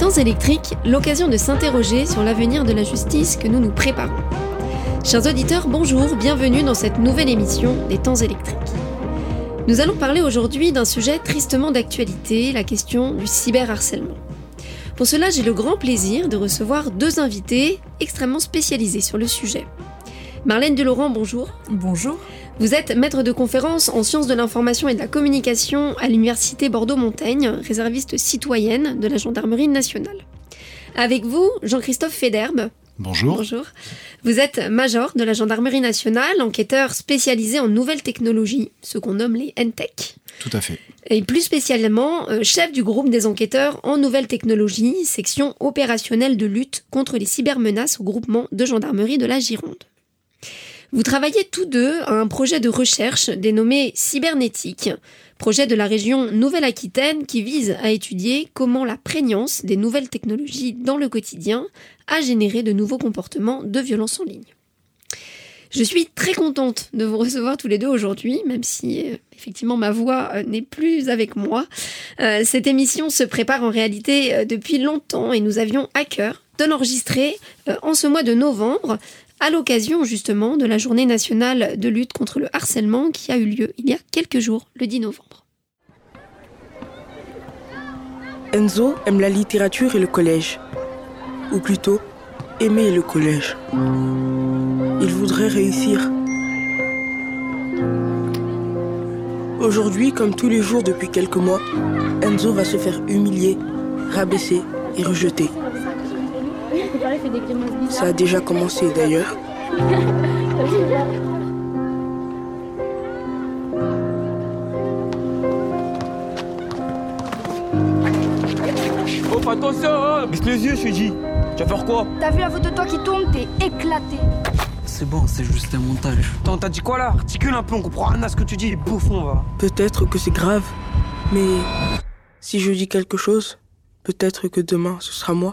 Temps électriques, l'occasion de s'interroger sur l'avenir de la justice que nous nous préparons. Chers auditeurs, bonjour, bienvenue dans cette nouvelle émission des Temps électriques. Nous allons parler aujourd'hui d'un sujet tristement d'actualité, la question du cyberharcèlement. Pour cela, j'ai le grand plaisir de recevoir deux invités extrêmement spécialisés sur le sujet. Marlène Delaurent, bonjour. Bonjour. Vous êtes maître de conférences en sciences de l'information et de la communication à l'université Bordeaux-Montaigne, réserviste citoyenne de la gendarmerie nationale. Avec vous, Jean-Christophe Federbe. Bonjour. Bonjour. Vous êtes major de la gendarmerie nationale, enquêteur spécialisé en nouvelles technologies, ce qu'on nomme les NTech. Tout à fait. Et plus spécialement, chef du groupe des enquêteurs en nouvelles technologies, section opérationnelle de lutte contre les cybermenaces au groupement de gendarmerie de la Gironde. Vous travaillez tous deux à un projet de recherche dénommé Cybernétique, projet de la région Nouvelle-Aquitaine qui vise à étudier comment la prégnance des nouvelles technologies dans le quotidien a généré de nouveaux comportements de violence en ligne. Je suis très contente de vous recevoir tous les deux aujourd'hui, même si effectivement ma voix n'est plus avec moi. Cette émission se prépare en réalité depuis longtemps et nous avions à cœur de l'enregistrer en ce mois de novembre, à l'occasion justement de la journée nationale de lutte contre le harcèlement qui a eu lieu il y a quelques jours, le 10 novembre. Enzo aime la littérature et le collège. Ou plutôt, aimer le collège. Il voudrait réussir. Aujourd'hui, comme tous les jours depuis quelques mois, Enzo va se faire humilier, rabaisser et rejeter. Ça a déjà commencé d'ailleurs. Oh, fais attention, hein. Baisse les yeux, je te dis. Tu vas faire quoi? T'as vu la photo de toi qui tourne, t'es éclaté. C'est bon, c'est juste un montage. Attends, t'as dit quoi là? Articule un peu, on comprend rien à ce que tu dis, bouffon, va. Peut-être que c'est grave, mais si je dis quelque chose, peut-être que demain ce sera moi.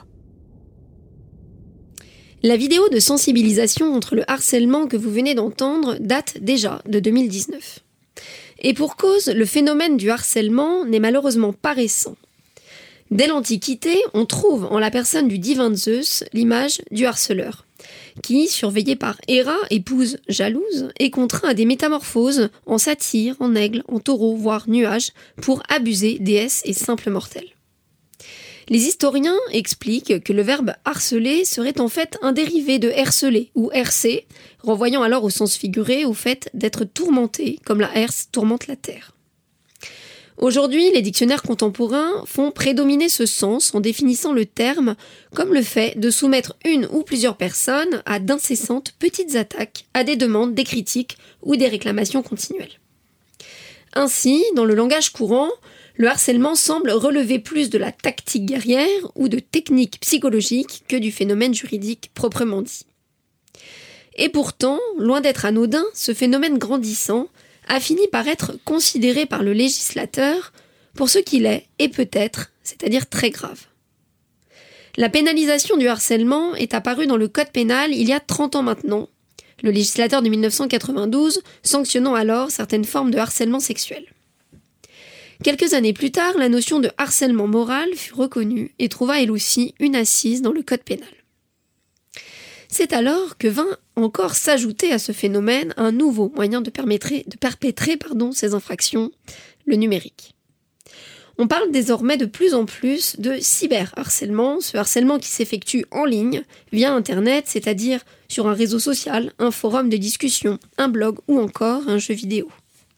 La vidéo de sensibilisation contre le harcèlement que vous venez d'entendre date déjà de 2019. Et pour cause, le phénomène du harcèlement n'est malheureusement pas récent. Dès l'Antiquité, on trouve en la personne du divin Zeus l'image du harceleur, qui, surveillé par Héra, épouse jalouse, est contraint à des métamorphoses en satyre, en aigle, en taureau, voire nuage, pour abuser déesses et simples mortels. Les historiens expliquent que le verbe harceler serait en fait un dérivé de herceler ou herser, renvoyant alors au sens figuré au fait d'être tourmenté, comme la herse tourmente la terre. Aujourd'hui, les dictionnaires contemporains font prédominer ce sens en définissant le terme comme le fait de soumettre une ou plusieurs personnes à d'incessantes petites attaques, à des demandes, des critiques ou des réclamations continuelles. Ainsi, dans le langage courant, le harcèlement semble relever plus de la tactique guerrière ou de techniques psychologiques que du phénomène juridique proprement dit. Et pourtant, loin d'être anodin, ce phénomène grandissant a fini par être considéré par le législateur pour ce qu'il est, et peut-être, c'est-à-dire très grave. La pénalisation du harcèlement est apparue dans le Code pénal il y a 30 ans maintenant, le législateur de 1992 sanctionnant alors certaines formes de harcèlement sexuel. Quelques années plus tard, la notion de harcèlement moral fut reconnue et trouva elle aussi une assise dans le Code pénal. C'est alors que vint encore s'ajouter à ce phénomène un nouveau moyen de perpétrer ces infractions, le numérique. On parle désormais de plus en plus de cyberharcèlement, ce harcèlement qui s'effectue en ligne, via Internet, c'est-à-dire sur un réseau social, un forum de discussion, un blog ou encore un jeu vidéo.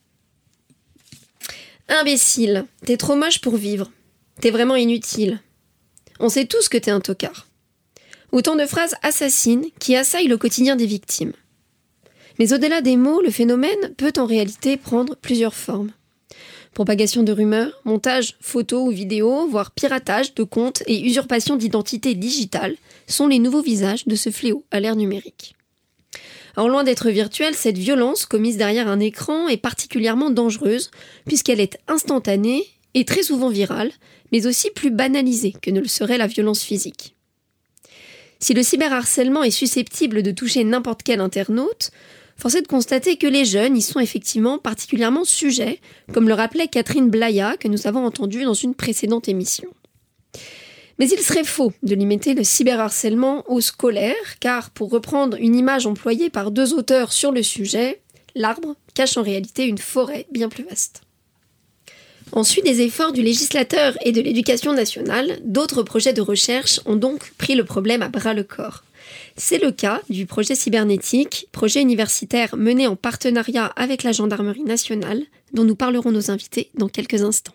Imbécile, t'es trop moche pour vivre. T'es vraiment inutile. On sait tous que t'es un tocard. Autant de phrases assassines qui assaillent le quotidien des victimes. Mais au-delà des mots, le phénomène peut en réalité prendre plusieurs formes. Propagation de rumeurs, montage photos ou vidéos, voire piratage de comptes et usurpation d'identité digitale sont les nouveaux visages de ce fléau à l'ère numérique. Alors loin d'être virtuelle, cette violence commise derrière un écran est particulièrement dangereuse puisqu'elle est instantanée et très souvent virale, mais aussi plus banalisée que ne le serait la violence physique. Si le cyberharcèlement est susceptible de toucher n'importe quel internaute, force est de constater que les jeunes y sont effectivement particulièrement sujets, comme le rappelait Catherine Blaya, que nous avons entendue dans une précédente émission. Mais il serait faux de limiter le cyberharcèlement au scolaire, car pour reprendre une image employée par 2 auteurs sur le sujet, l'arbre cache en réalité une forêt bien plus vaste. Ensuite des efforts du législateur et de l'éducation nationale, d'autres projets de recherche ont donc pris le problème à bras-le-corps. C'est le cas du projet cybernétique, projet universitaire mené en partenariat avec la Gendarmerie nationale, dont nous parlerons nos invités dans quelques instants.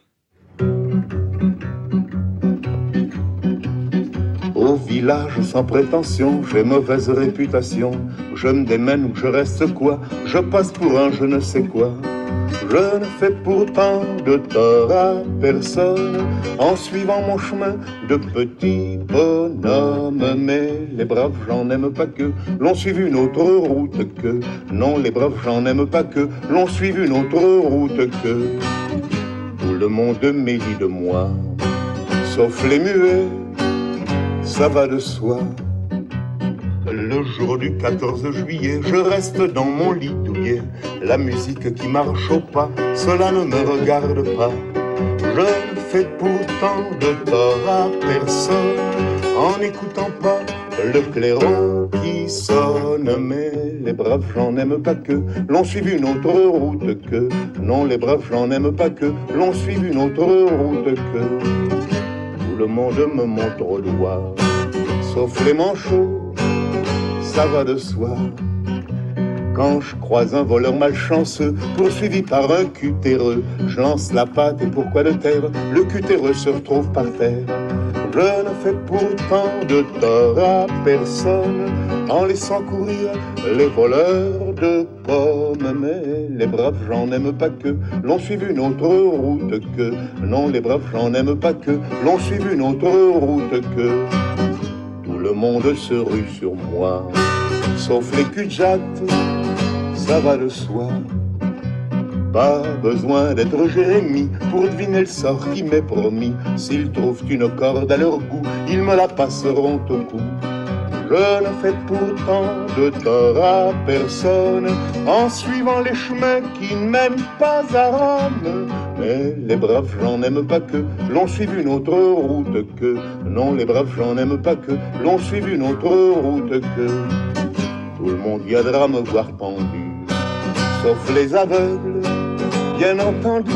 Au village sans prétention, j'ai mauvaise réputation. Je me démène ou je reste quoi? Je passe pour un je ne sais quoi. Je ne fais pourtant de tort à personne en suivant mon chemin de petit bonhomme. Mais les braves gens n'aiment pas que l'on suive une autre route que. Non, les braves gens n'aiment pas que l'on suive une autre route que. Tout le monde médit de moi, sauf les muets, ça va de soi. Le jour du 14 juillet, je reste dans mon lit douillet. La musique qui marche au pas, cela ne me regarde pas. Je ne fais pourtant de tort à personne en n'écoutant pas le clairon qui sonne. Mais les braves gens n'aiment pas que l'on suive une autre route que. Non, les braves gens n'aiment pas que l'on suive une autre route que. Tout le monde me montre au doigt, sauf les manchots, ça va de soi. Quand je croise un voleur malchanceux, poursuivi par un cutéreux, je lance la patte et pourquoi le taire? Le cutéreux se retrouve par terre. Je ne fais pourtant de tort à personne en laissant courir les voleurs de pommes. Mais les braves gens n'aiment pas que l'on suive une autre route que. Non, les braves gens n'aiment pas que l'on suive une autre route que. Tout le monde se rue sur moi, sauf les cul-de-jatte, ça va de soi. Pas besoin d'être Jérémie pour deviner le sort qui m'est promis. S'ils trouvent une corde à leur goût, ils me la passeront au cou. Je ne fais pourtant de tort à personne en suivant les chemins qui ne mènent pas à Rome. Mais les braves gens n'aiment pas que l'on suive une autre route que. Non, les braves gens n'aiment pas que l'on suive une autre route que. Tout le monde viendra me voir pendu, sauf les aveugles, bien entendu.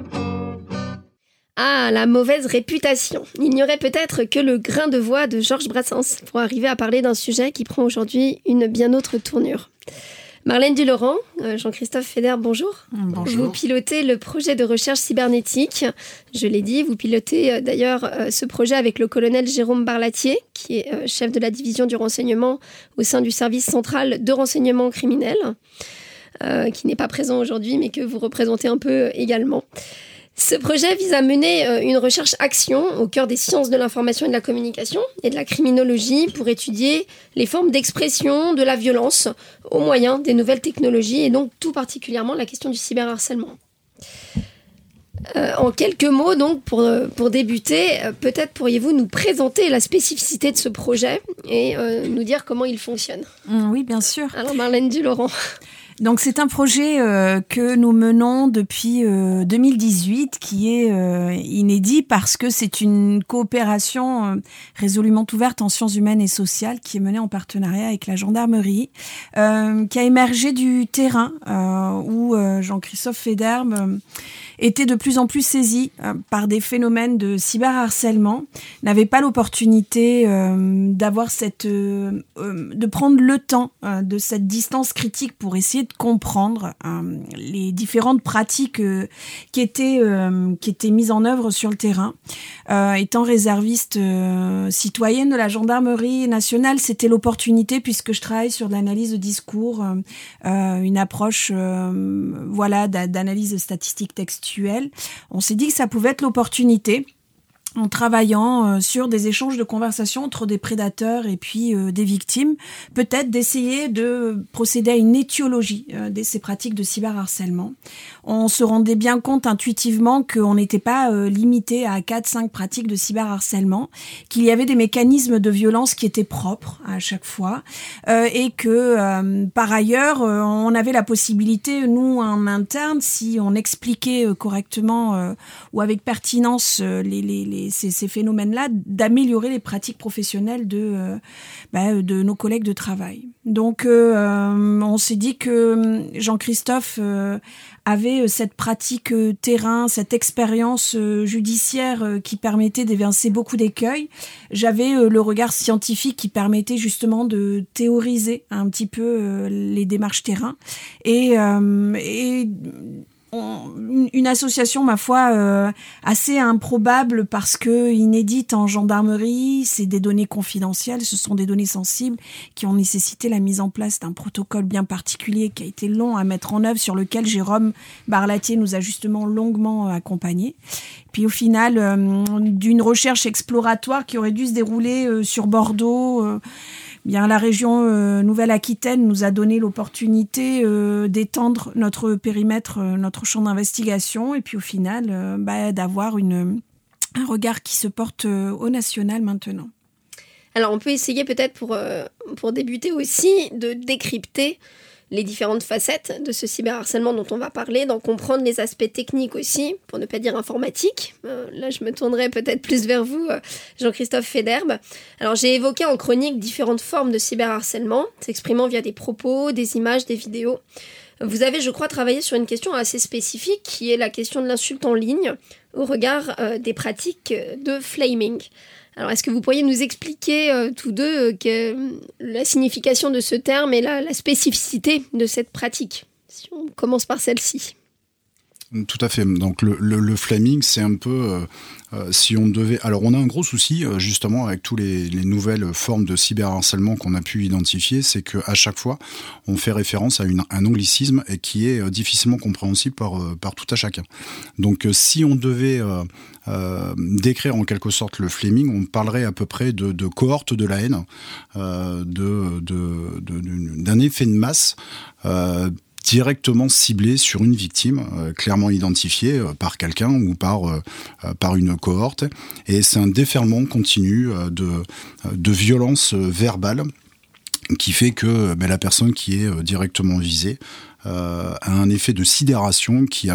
Ah, la mauvaise réputation. Il n'y aurait peut-être que le grain de voix de Georges Brassens pour arriver à parler d'un sujet qui prend aujourd'hui une bien autre tournure. Marlène Dulaurent, Jean-Christophe Feder, bonjour. Bonjour. Vous pilotez le projet de recherche cybernétique. Je l'ai dit, vous pilotez d'ailleurs ce projet avec le colonel Jérôme Barlatier, qui est chef de la division du renseignement au sein du service central de renseignement criminel, qui n'est pas présent aujourd'hui, mais que vous représentez un peu également. Ce projet vise à mener une recherche-action au cœur des sciences de l'information et de la communication et de la criminologie pour étudier les formes d'expression de la violence au moyen des nouvelles technologies et donc tout particulièrement la question du cyberharcèlement. En quelques mots, donc, pour débuter, peut-être pourriez-vous nous présenter la spécificité de ce projet et nous dire comment il fonctionne. Oui, bien sûr. Alors, Marlène Dulaurent. Donc c'est un projet que nous menons depuis 2018 qui est inédit parce que c'est une coopération résolument ouverte en sciences humaines et sociales qui est menée en partenariat avec la gendarmerie, qui a émergé du terrain où Jean-Christophe Feder était de plus en plus saisi par des phénomènes de cyberharcèlement, n'avait pas l'opportunité d'avoir de prendre le temps de cette distance critique pour essayer de comprendre les différentes pratiques qui étaient mises en œuvre sur le terrain. Étant réserviste citoyenne de la gendarmerie nationale, c'était l'opportunité, puisque je travaille sur de l'analyse de discours, une approche d'analyse statistique textuelle. On s'est dit que ça pouvait être l'opportunité, en travaillant sur des échanges de conversations entre des prédateurs et puis des victimes, peut-être d'essayer de procéder à une étiologie de ces pratiques de cyberharcèlement. On se rendait bien compte intuitivement qu'on n'était pas limité à 4-5 pratiques de cyberharcèlement, qu'il y avait des mécanismes de violence qui étaient propres à chaque fois, et que par ailleurs, on avait la possibilité, nous en interne, si on expliquait correctement ou avec pertinence les ces phénomènes-là, d'améliorer les pratiques professionnelles de nos collègues de travail. Donc, on s'est dit que Jean-Christophe avait cette pratique terrain, cette expérience judiciaire qui permettait d'évincer beaucoup d'écueils. J'avais le regard scientifique qui permettait justement de théoriser un petit peu les démarches terrain et une association, ma foi, assez improbable parce que inédite en gendarmerie, c'est des données confidentielles, ce sont des données sensibles qui ont nécessité la mise en place d'un protocole bien particulier qui a été long à mettre en œuvre, sur lequel Jérôme Barlatier nous a justement longuement accompagnés. Puis au final, d'une recherche exploratoire qui aurait dû se dérouler sur Bordeaux, bien, la région Nouvelle-Aquitaine nous a donné l'opportunité d'étendre notre périmètre, notre champ d'investigation, et puis au final, d'avoir un regard qui se porte au national maintenant. Alors, on peut essayer peut-être pour débuter aussi de décrypter les différentes facettes de ce cyberharcèlement dont on va parler, d'en comprendre les aspects techniques aussi, pour ne pas dire informatiques. Là, je me tournerai peut-être plus vers vous, Jean-Christophe Federbe. Alors, j'ai évoqué en chronique différentes formes de cyberharcèlement, s'exprimant via des propos, des images, des vidéos. Vous avez, je crois, travaillé sur une question assez spécifique, qui est la question de l'insulte en ligne, au regard des pratiques de flaming. Alors, est-ce que vous pourriez nous expliquer tous deux la signification de ce terme et la spécificité de cette pratique ? Si on commence par celle-ci. Tout à fait. Donc le flaming, c'est un peu si on devait. Alors on a un gros souci justement avec tous les nouvelles formes de cyberharcèlement qu'on a pu identifier, c'est que à chaque fois on fait référence à un anglicisme et qui est difficilement compréhensible par tout à chacun. Donc si on devait décrire en quelque sorte le flaming, on parlerait à peu près de cohorte de la haine, d'un effet de masse. Directement ciblé sur une victime, clairement identifiée par quelqu'un ou par une cohorte. Et c'est un déferlement continu de violence verbale qui fait que la personne qui est directement visée a un effet de sidération qui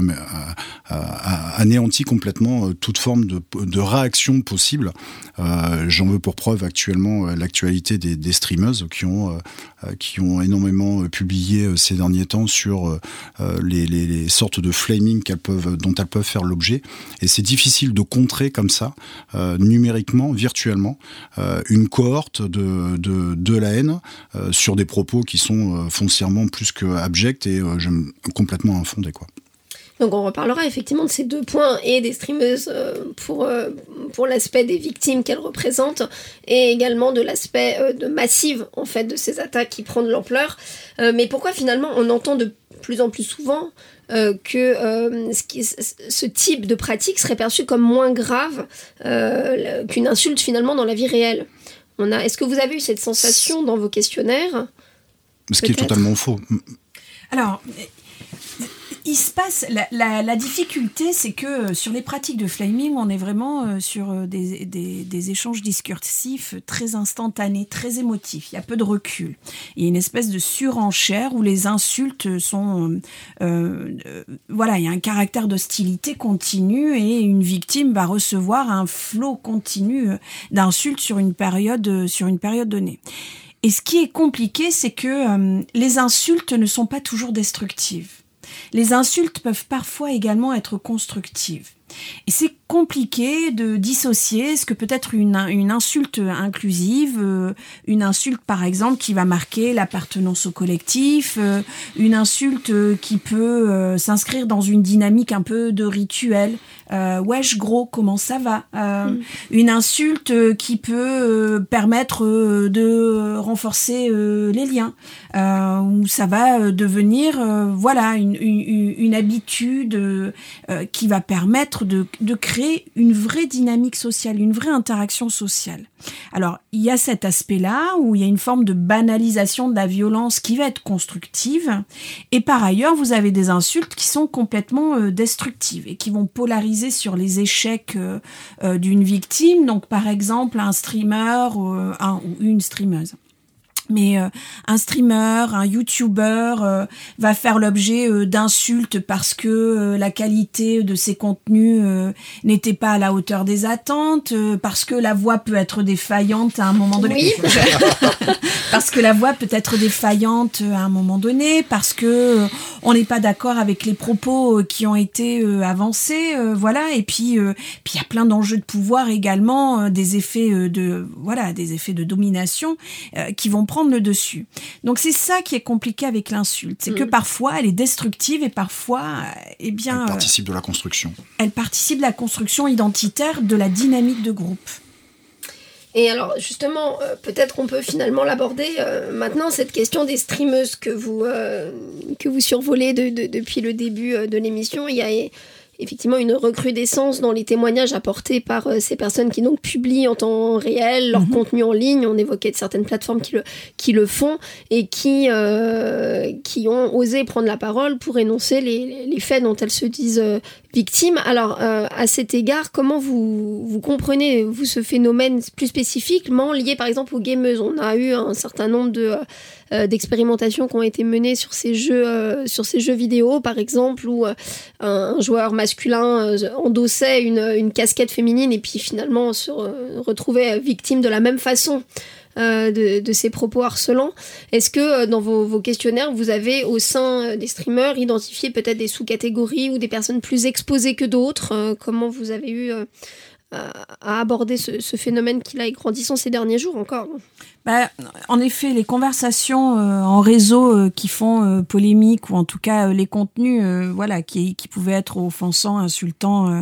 anéantit complètement toute forme de réaction possible. J'en veux pour preuve actuellement l'actualité des streameuses qui ont énormément publié ces derniers temps sur les sortes de flaming dont elles peuvent faire l'objet. Et c'est difficile de contrer comme ça, numériquement, virtuellement, une cohorte de la haine sur des propos qui sont foncièrement plus que abjects et complètement infondés, quoi. Donc on reparlera effectivement de ces deux points et des streameuses pour l'aspect des victimes qu'elles représentent et également de l'aspect de massive en fait de ces attaques qui prennent de l'ampleur. Mais pourquoi finalement on entend de plus en plus souvent que ce type de pratique serait perçu comme moins grave qu'une insulte finalement dans la vie réelle? Est-ce que vous avez eu cette sensation dans vos questionnaires? Ce qui est totalement faux. Alors, il se passe, la difficulté, c'est que sur les pratiques de flaming, on est vraiment sur des échanges discursifs très instantanés, très émotifs. Il y a peu de recul. Il y a une espèce de surenchère où les insultes sont... il y a un caractère d'hostilité continue et une victime va recevoir un flot continu d'insultes sur une période donnée. Et ce qui est compliqué, c'est que les insultes ne sont pas toujours destructives. Les insultes peuvent parfois également être constructives. Et c'est compliqué de dissocier ce que peut être une insulte inclusive, une insulte par exemple qui va marquer l'appartenance au collectif, une insulte qui peut s'inscrire dans une dynamique un peu de rituel. Wesh gros, comment ça va? Une insulte qui peut permettre de renforcer les liens, où ça va devenir une habitude qui va permettre de créer une vraie dynamique sociale, une vraie interaction sociale. Alors, il y a cet aspect-là où il y a une forme de banalisation de la violence qui va être constructive. Et par ailleurs, vous avez des insultes qui sont complètement destructives et qui vont polariser sur les échecs d'une victime. Donc, par exemple, un streamer ou une streameuse. Mais un streamer, un YouTuber va faire l'objet d'insultes parce que la qualité de ses contenus n'était pas à la hauteur des attentes, parce que la voix peut être défaillante à un moment donné. Oui. Parce que la voix peut être défaillante à un moment donné, parce que on n'est pas d'accord avec les propos qui ont été avancés, voilà. Et puis il y a plein d'enjeux de pouvoir également, des effets de domination qui vont prendre le dessus. Donc c'est ça qui est compliqué avec l'insulte, c'est que parfois elle est destructive et parfois, elle participe de la construction. Elle participe de la construction identitaire de la dynamique de groupe. Et alors justement, peut-être on peut finalement l'aborder maintenant, cette question des streameuses que vous survolez depuis le début de l'émission. Il y a effectivement une recrudescence dans les témoignages apportés par ces personnes qui donc publient en temps réel leur contenu en ligne. On évoquait certaines plateformes qui le font et qui ont osé prendre la parole pour énoncer les faits dont elles se disent victimes. Alors, à cet égard, comment vous comprenez, vous, ce phénomène plus spécifiquement lié par exemple aux gameuses? On a eu un certain nombre d'expérimentations qui ont été menées sur ces jeux vidéo, par exemple, où un joueur masculin endossait une casquette féminine et puis finalement se retrouvait victime de la même façon de ces propos harcelants. Est-ce que dans vos questionnaires, vous avez au sein des streamers identifié peut-être des sous-catégories ou des personnes plus exposées que d'autres? Comment vous avez eu à aborder ce phénomène qui est grandissant ces derniers jours encore? En effet, les conversations en réseau qui font polémique, ou en tout cas les contenus qui pouvaient être offensants, insultants,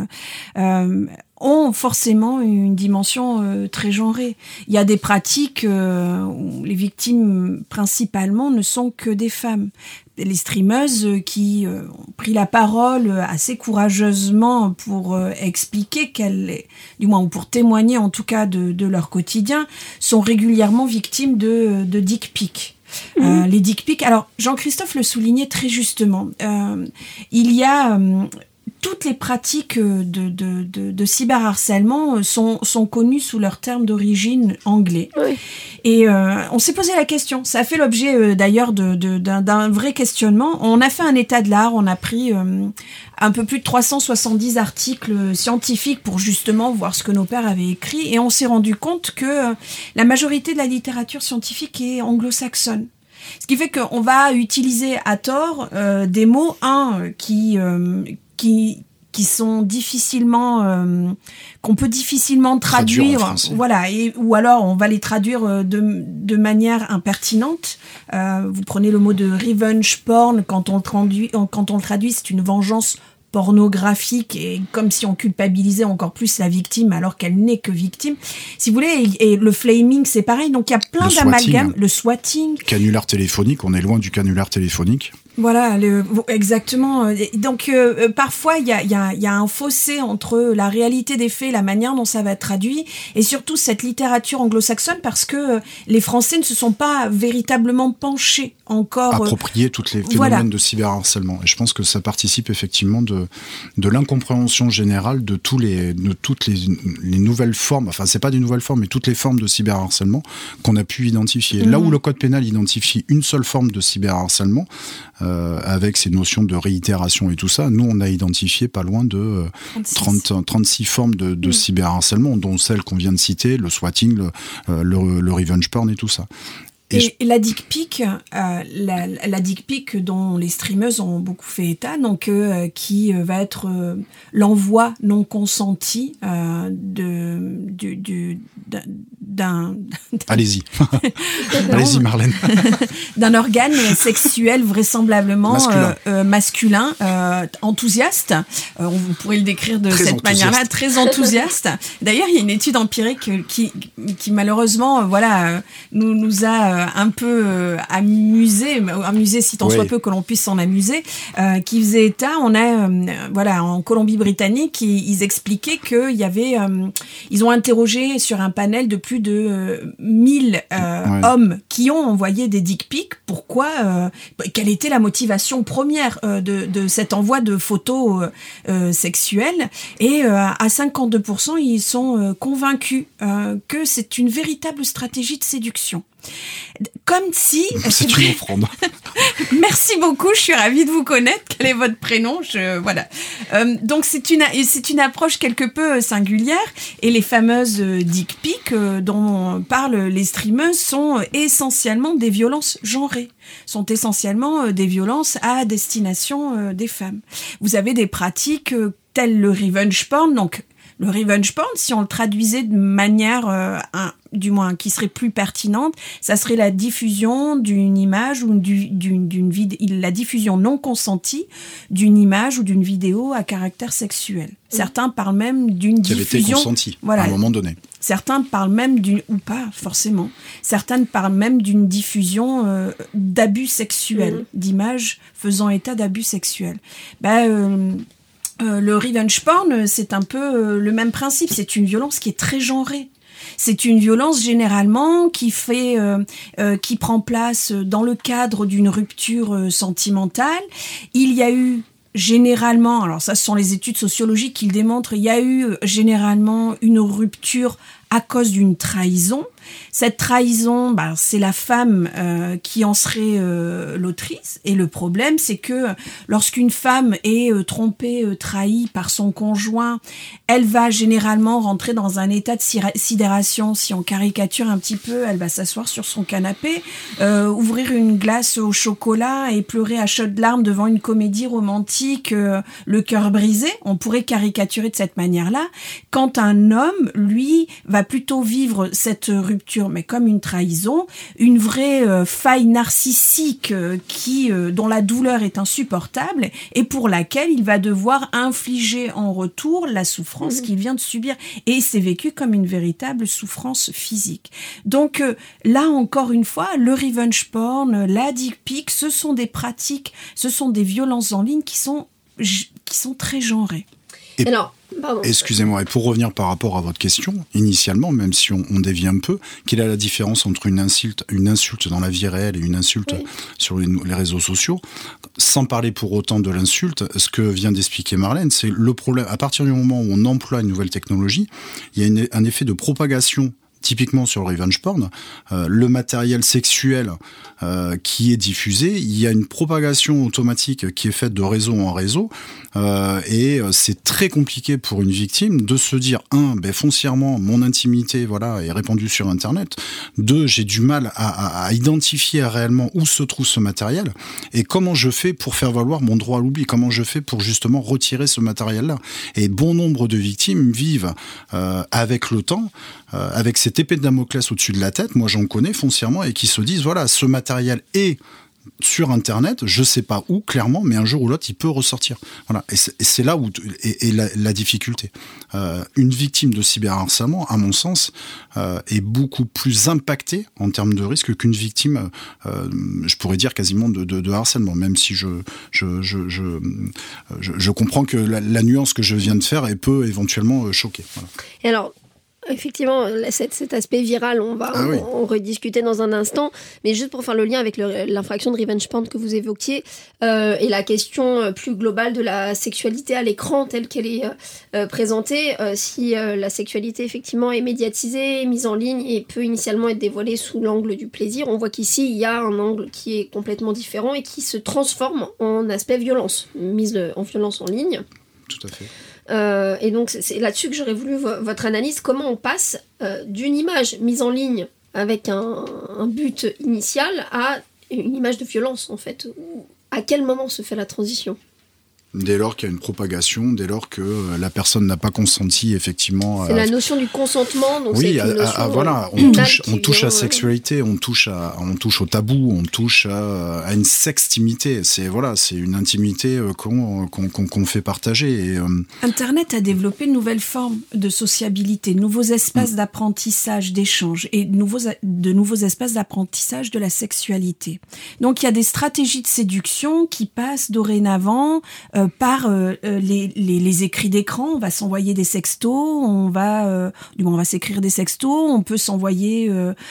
ont forcément une dimension très genrée. Il y a des pratiques où les victimes principalement ne sont que des femmes. Les streameuses qui ont pris la parole assez courageusement pour expliquer ou pour témoigner en tout cas de leur quotidien, sont régulièrement victimes de dick pics. Les dick pics, alors Jean-Christophe le soulignait très justement, il y a toutes les pratiques de cyberharcèlement sont connues sous leur terme d'origine anglais. Oui. Et on s'est posé la question. Ça a fait l'objet d'ailleurs d'un vrai questionnement. On a fait un état de l'art. On a pris un peu plus de 370 articles scientifiques pour justement voir ce que nos pairs avaient écrit. Et on s'est rendu compte que la majorité de la littérature scientifique est anglo-saxonne. Ce qui fait qu'on va utiliser à tort des mots qui sont difficilement qu'on peut difficilement traduire voilà, ou alors on va les traduire de manière impertinente. Vous prenez le mot de revenge porn, quand on le traduit, c'est une vengeance pornographique, et comme si on culpabilisait encore plus la victime alors qu'elle n'est que victime, si vous voulez. Et le flaming, c'est pareil. Donc il y a plein d'amalgames. Le swatting, canular téléphonique, on est loin du canular téléphonique. Voilà, exactement. Donc parfois il y a un fossé entre la réalité des faits, la manière dont ça va être traduit, et surtout cette littérature anglo-saxonne, parce que les Français ne se sont pas véritablement penchés encore approprier toutes les phénomènes de cyberharcèlement. Et je pense que ça participe effectivement de l'incompréhension générale de toutes les nouvelles formes. Enfin, c'est pas des nouvelles formes, mais toutes les formes de cyberharcèlement qu'on a pu identifier. Là où le code pénal identifie une seule forme de cyberharcèlement, avec ces notions de réitération et tout ça, nous on a identifié pas loin de 36 formes de cyberharcèlement, dont celles qu'on vient de citer, le swatting, le revenge porn et tout ça. Et la dick pic, la dick pic dont les streameuses ont beaucoup fait état, donc qui va être l'envoi non consenti d'un allez-y allez-y Marlène d'un organe sexuel vraisemblablement masculin enthousiaste. Vous pourrez le décrire de cette manière-là, très enthousiaste. D'ailleurs, il y a une étude empirique qui malheureusement nous a un peu amusé si tant soit peu que l'on puisse s'en amuser, qui faisait état, on a en Colombie-Britannique, ils expliquaient qu'il y avait ils ont interrogé sur un panel de plus de 1000 hommes qui ont envoyé des dick pics. Pourquoi quelle était la motivation première de cet envoi de photos sexuelles, et à 52% ils sont convaincus que c'est une véritable stratégie de séduction. Comme si... C'est une offrande. Merci beaucoup, je suis ravie de vous connaître. Quel est votre prénom ? Voilà. Donc c'est une approche quelque peu singulière, et les fameuses dick pics dont parlent les streameuses sont essentiellement des violences genrées, sont essentiellement des violences à destination des femmes. Vous avez des pratiques telles le revenge porn, donc le revenge porn, si on le traduisait de manière, du moins qui serait plus pertinente, ça serait la diffusion d'une image ou la diffusion non consentie d'une image ou d'une vidéo à caractère sexuel. Certains parlent même d'une diffusion... Qui avait été consentie, à un moment donné. Certains parlent même ou pas forcément, certaines parlent même d'une diffusion d'abus sexuels, d'images faisant état d'abus sexuels. Le revenge porn, c'est un peu le même principe. C'est une violence qui est très genrée. C'est une violence généralement qui prend place dans le cadre d'une rupture sentimentale. Il y a eu généralement, alors ça ce sont les études sociologiques qui le démontrent, il y a eu généralement une rupture à cause d'une trahison. Cette trahison, c'est la femme qui en serait l'autrice. Et le problème, c'est que lorsqu'une femme est trompée, trahie par son conjoint, elle va généralement rentrer dans un état de sidération. Si on caricature un petit peu, elle va s'asseoir sur son canapé, ouvrir une glace au chocolat et pleurer à chaudes larmes devant une comédie romantique, le cœur brisé. On pourrait caricaturer de cette manière-là. Quand un homme, lui, va plutôt vivre cette rupture, mais comme une trahison, une vraie faille narcissique dont la douleur est insupportable et pour laquelle il va devoir infliger en retour la souffrance qu'il vient de subir. Et c'est vécu comme une véritable souffrance physique. Donc là, encore une fois, le revenge porn, la dick pic, ce sont des pratiques, ce sont des violences en ligne qui sont très genrées. Alors, pardon. Excusez-moi, et pour revenir par rapport à votre question, initialement, même si on dévie un peu, quelle est la différence entre une insulte dans la vie réelle et une insulte sur les réseaux sociaux ? Sans parler pour autant de l'insulte, ce que vient d'expliquer Marlène, c'est le problème. À partir du moment où on emploie une nouvelle technologie, il y a un effet de propagation. Typiquement sur le revenge porn, le matériel sexuel qui est diffusé, il y a une propagation automatique qui est faite de réseau en réseau, et c'est très compliqué pour une victime de se dire foncièrement mon intimité est répandue sur Internet. 2, j'ai du mal à identifier réellement où se trouve ce matériel et comment je fais pour faire valoir mon droit à l'oubli, comment je fais pour justement retirer ce matériel-là. Et bon nombre de victimes vivent avec le temps, avec cette épée de Damoclès au-dessus de la tête, moi j'en connais foncièrement, et qui se disent ce matériel est sur Internet, je sais pas où clairement, mais un jour ou l'autre il peut ressortir. Voilà, et c'est là où est la difficulté. Une victime de cyberharcèlement, à mon sens, est beaucoup plus impactée en termes de risque qu'une victime, je pourrais dire quasiment de harcèlement, même si je comprends que la nuance que je viens de faire peut éventuellement choquer. Voilà. Et alors, effectivement, cet aspect viral, on va en rediscuter dans un instant, mais juste pour faire le lien avec l'infraction de revenge porn que vous évoquiez, et la question plus globale de la sexualité à l'écran telle qu'elle est présentée, si la sexualité effectivement est médiatisée, mise en ligne et peut initialement être dévoilée sous l'angle du plaisir, on voit qu'ici il y a un angle qui est complètement différent et qui se transforme en aspect violence, mise en violence en ligne. Tout à fait. Et donc c'est là-dessus que j'aurais voulu votre analyse. Comment on passe d'une image mise en ligne avec un but initial à une image de violence, en fait. À quel moment se fait la transition ? Dès lors qu'il y a une propagation, dès lors que la personne n'a pas consenti effectivement. C'est la notion du consentement. Donc c'est une notion, on touche à sexualité, on touche au tabou, on touche à une sextimité. C'est une intimité qu'on fait partager. Et, Internet a développé une nouvelle forme de sociabilité, de nouveaux espaces d'apprentissage, d'échange et de nouveaux espaces d'apprentissage de la sexualité. Donc il y a des stratégies de séduction qui passent dorénavant par les écrits d'écran. On va s'envoyer des sextos, on va s'écrire des sextos, on peut s'envoyer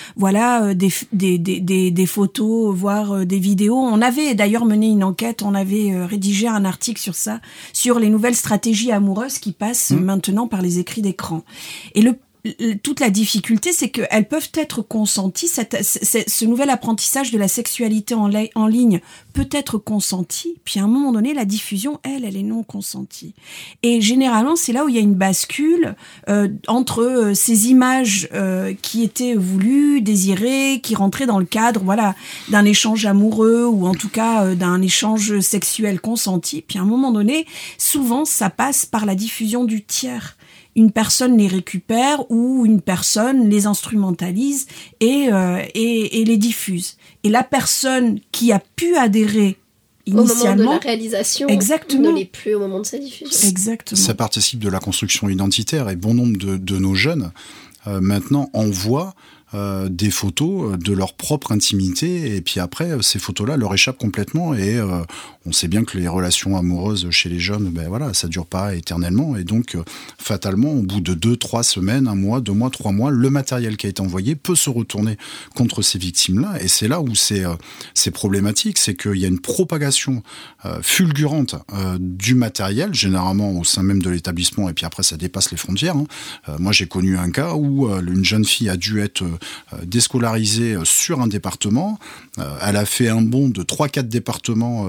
des photos, voire des vidéos. On avait d'ailleurs mené une enquête, on avait rédigé un article sur ça, sur les nouvelles stratégies amoureuses qui passent maintenant par les écrits d'écran. Et toute la difficulté, c'est qu'elles peuvent être consenties. Ce nouvel apprentissage de la sexualité en ligne peut être consenti, puis à un moment donné, la diffusion, elle est non consentie. Et généralement, c'est là où il y a une bascule entre ces images qui étaient voulues, désirées, qui rentraient dans le cadre, d'un échange amoureux ou en tout cas d'un échange sexuel consenti. Puis à un moment donné, souvent, ça passe par la diffusion du tiers. Une personne les récupère ou une personne les instrumentalise et les diffuse. Et la personne qui a pu adhérer initialement, au moment de la réalisation, exactement, ne l'est plus au moment de sa diffusion. Exactement. Ça participe de la construction identitaire et bon nombre de nos jeunes maintenant envoient des photos de leur propre intimité et puis après ces photos-là leur échappent complètement et on sait bien que les relations amoureuses chez les jeunes, ça dure pas éternellement et donc fatalement au bout de 2-3 semaines, 1 mois, 2 mois, 3 mois, le matériel qui a été envoyé peut se retourner contre ces victimes-là et c'est là où c'est problématique, c'est qu'il y a une propagation fulgurante du matériel, généralement au sein même de l'établissement et puis après ça dépasse les frontières. Moi j'ai connu un cas où une jeune fille a dû être déscolarisée sur un département. Elle a fait un bond de 3-4 départements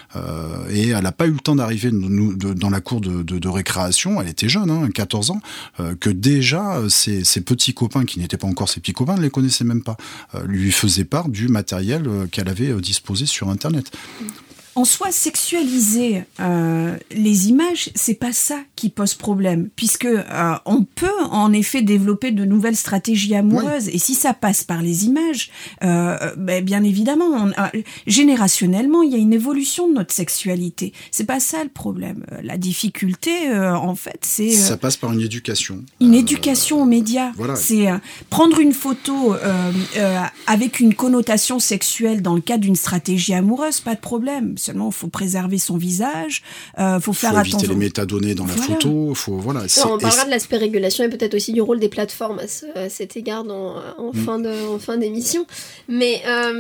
et elle n'a pas eu le temps d'arriver dans la cour de récréation. Elle était jeune, 14 ans, que déjà ses petits copains, qui n'étaient pas encore ses petits copains, ne les connaissaient même pas, lui faisaient part du matériel qu'elle avait disposé sur Internet. En soi, sexualiser les images, c'est pas ça qui pose problème, puisque on peut en effet développer de nouvelles stratégies amoureuses. Oui. Et si ça passe par les images, bien évidemment, générationnellement, il y a une évolution de notre sexualité. C'est pas ça le problème. La difficulté, en fait, c'est ça passe par une éducation. Une éducation aux médias. Voilà. C'est prendre une photo avec une connotation sexuelle dans le cadre d'une stratégie amoureuse, pas de problème. Seulement, il faut préserver son visage, faut faire attention. Éviter les métadonnées dans la photo. On parlera de l'aspect régulation et peut-être aussi du rôle des plateformes à cet égard en fin d'émission. Mais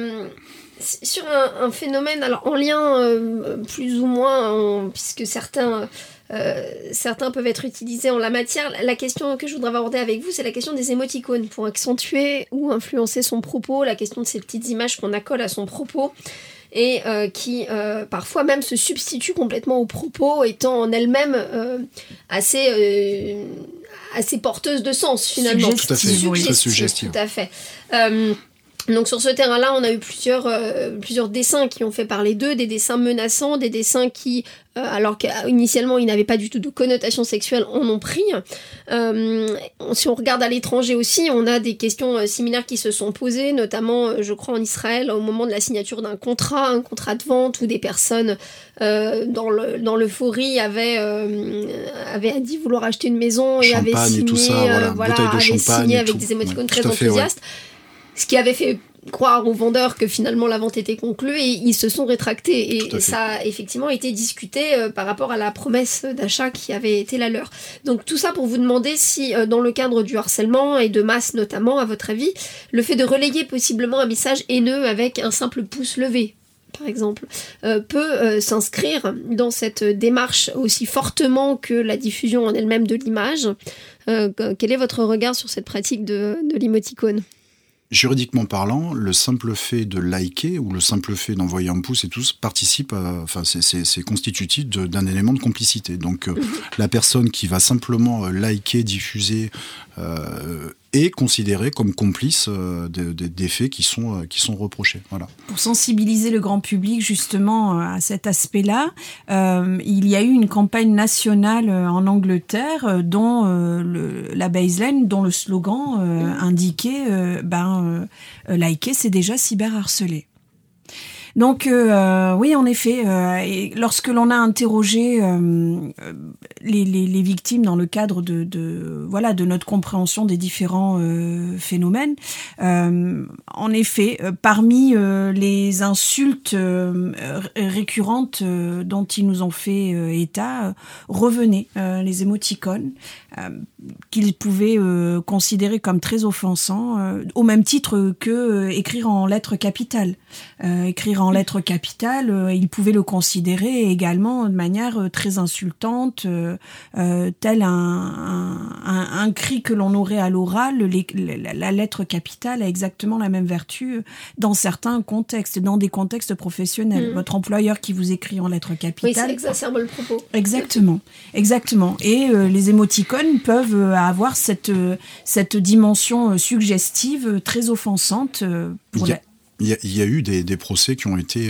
sur un phénomène, alors en lien plus ou moins, puisque certains peuvent être utilisés en la matière. La question que je voudrais aborder avec vous, c'est la question des émoticônes pour accentuer ou influencer son propos, la question de ces petites images qu'on accole à son propos et qui parfois même se substituent complètement aux propos, étant en elles-mêmes assez porteuses de sens finalement. Tout à fait, suggestive. Tout à fait. Donc sur ce terrain-là, on a eu plusieurs dessins qui ont fait parler d'eux, des dessins menaçants, des dessins qui, alors qu'initialement ils n'avaient pas du tout de connotation sexuelle, en ont pris. Si on regarde à l'étranger aussi, on a des questions similaires qui se sont posées, notamment, je crois, en Israël, au moment de la signature d'un contrat de vente, où des personnes dans l'euphorie avaient dit vouloir acheter une maison et avaient signé, et tout ça, avaient signé avec des émoticônes très enthousiastes. Ce qui avait fait croire aux vendeurs que finalement la vente était conclue et ils se sont rétractés. Et ça a effectivement été discuté par rapport à la promesse d'achat qui avait été la leur. Donc tout ça pour vous demander si, dans le cadre du harcèlement et de masse notamment, à votre avis, le fait de relayer possiblement un message haineux avec un simple pouce levé, par exemple, peut s'inscrire dans cette démarche aussi fortement que la diffusion en elle-même de l'image. Quel est votre regard sur cette pratique de l'émoticône ? Juridiquement parlant, le simple fait de liker ou le simple fait d'envoyer un pouce et tout participe c'est constitutif d'un élément de complicité. Donc la personne qui va simplement liker, diffuser est considérée comme complice des faits qui sont reprochés. Voilà. Pour sensibiliser le grand public justement à cet aspect-là, il y a eu une campagne nationale en Angleterre dont la baseline, dont le slogan indiquait liker, c'est déjà cyberharceler. Donc oui, en effet, et lorsque l'on a interrogé les victimes dans le cadre de notre compréhension des différents phénomènes, en effet, parmi les insultes récurrentes dont ils nous ont fait état, revenaient les émoticônes qu'ils pouvaient considérer comme très offensants, au même titre que écrire en lettres capitales, écrire en lettres capitales, il pouvait le considérer également de manière très insultante, tel un cri que l'on aurait à l'oral. La lettre capitale a exactement la même vertu dans certains contextes, dans des contextes professionnels. Votre employeur qui vous écrit en lettres capitales... Oui, ça exacerbe le propos. Exactement. Et les émoticônes peuvent avoir cette dimension suggestive très offensante pour Il y a eu des procès qui ont été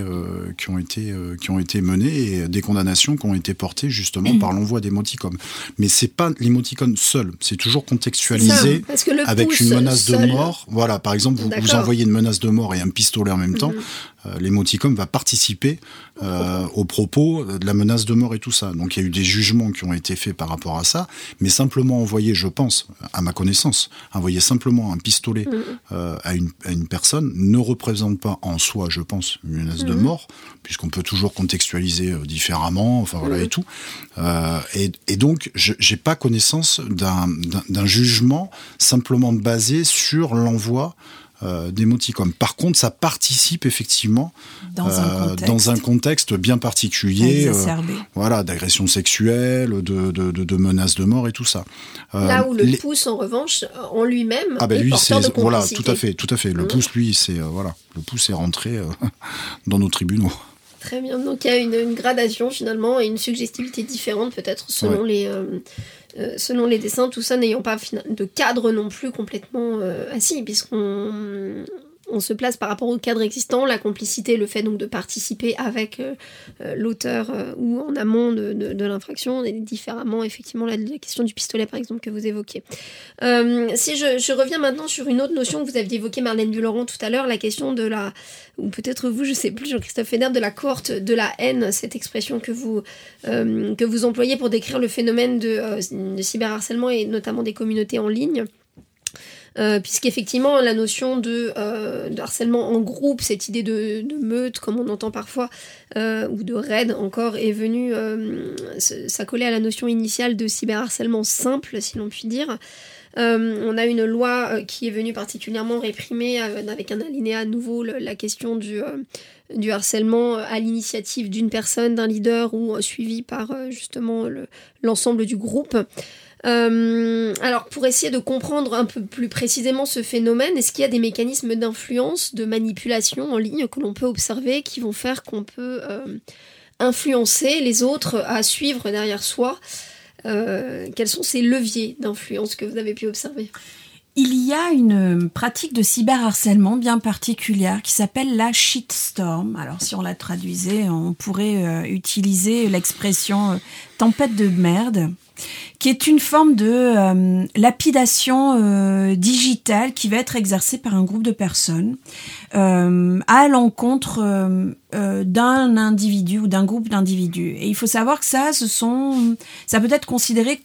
menés et des condamnations qui ont été portées justement par l'envoi d'émoticônes. Mais c'est pas l'émoticône seul, c'est toujours contextualisé avec une menace de mort. Voilà, par exemple, vous envoyez une menace de mort et un pistolet en même temps. L'émoticône va participer aux propos de la menace de mort et tout ça. Donc il y a eu des jugements qui ont été faits par rapport à ça, mais simplement envoyer, je pense, à ma connaissance, envoyer simplement un pistolet à une personne ne représente pas en soi, je pense, une menace de mort, puisqu'on peut toujours contextualiser différemment, enfin voilà et tout. Et donc j'ai pas connaissance d'un jugement simplement basé sur l'envoi d'émoticônes. Par contre, ça participe effectivement dans un contexte bien particulier, d'agression sexuelle, de menaces de mort et tout ça. Là où le pouce, en revanche, en lui-même, est porteur de complicité. Voilà, tout à fait. Le pouce, lui, le pouce est rentré dans nos tribunaux. Très bien. Donc il y a une gradation finalement et une suggestivité différente peut-être selon les dessins, tout ça n'ayant pas de cadre non plus complètement assis, puisqu'on se place par rapport au cadre existant, la complicité, le fait donc de participer avec l'auteur ou en amont de l'infraction, et différemment effectivement la question du pistolet par exemple que vous évoquiez. Si je reviens maintenant sur une autre notion que vous aviez évoquée, Marlène Dulaurent, tout à l'heure, la question de ou peut-être vous, je sais plus, Jean-Christophe Feder, de la cohorte de la haine, cette expression que vous employez pour décrire le phénomène de cyberharcèlement et notamment des communautés en ligne. Puisqu'effectivement la notion de harcèlement en groupe, cette idée de meute comme on entend parfois, ou de raid encore, est venue s'accoler à la notion initiale de cyberharcèlement simple, si l'on peut dire. On a une loi qui est venue particulièrement réprimer avec un alinéa nouveau la question du harcèlement à l'initiative d'une personne, d'un leader ou suivi par justement l'ensemble du groupe. Alors pour essayer de comprendre un peu plus précisément ce phénomène, est-ce qu'il y a des mécanismes d'influence, de manipulation en ligne que l'on peut observer qui vont faire qu'on peut influencer les autres à suivre derrière soi? Quels sont ces leviers d'influence que vous avez pu observer? Il y a une pratique de cyberharcèlement bien particulière qui s'appelle la shitstorm. Alors si on la traduisait, on pourrait utiliser l'expression tempête de merde, qui est une forme de lapidation digitale qui va être exercée par un groupe de personnes à l'encontre d'un individu ou d'un groupe d'individus. Et il faut savoir que ça peut être considéré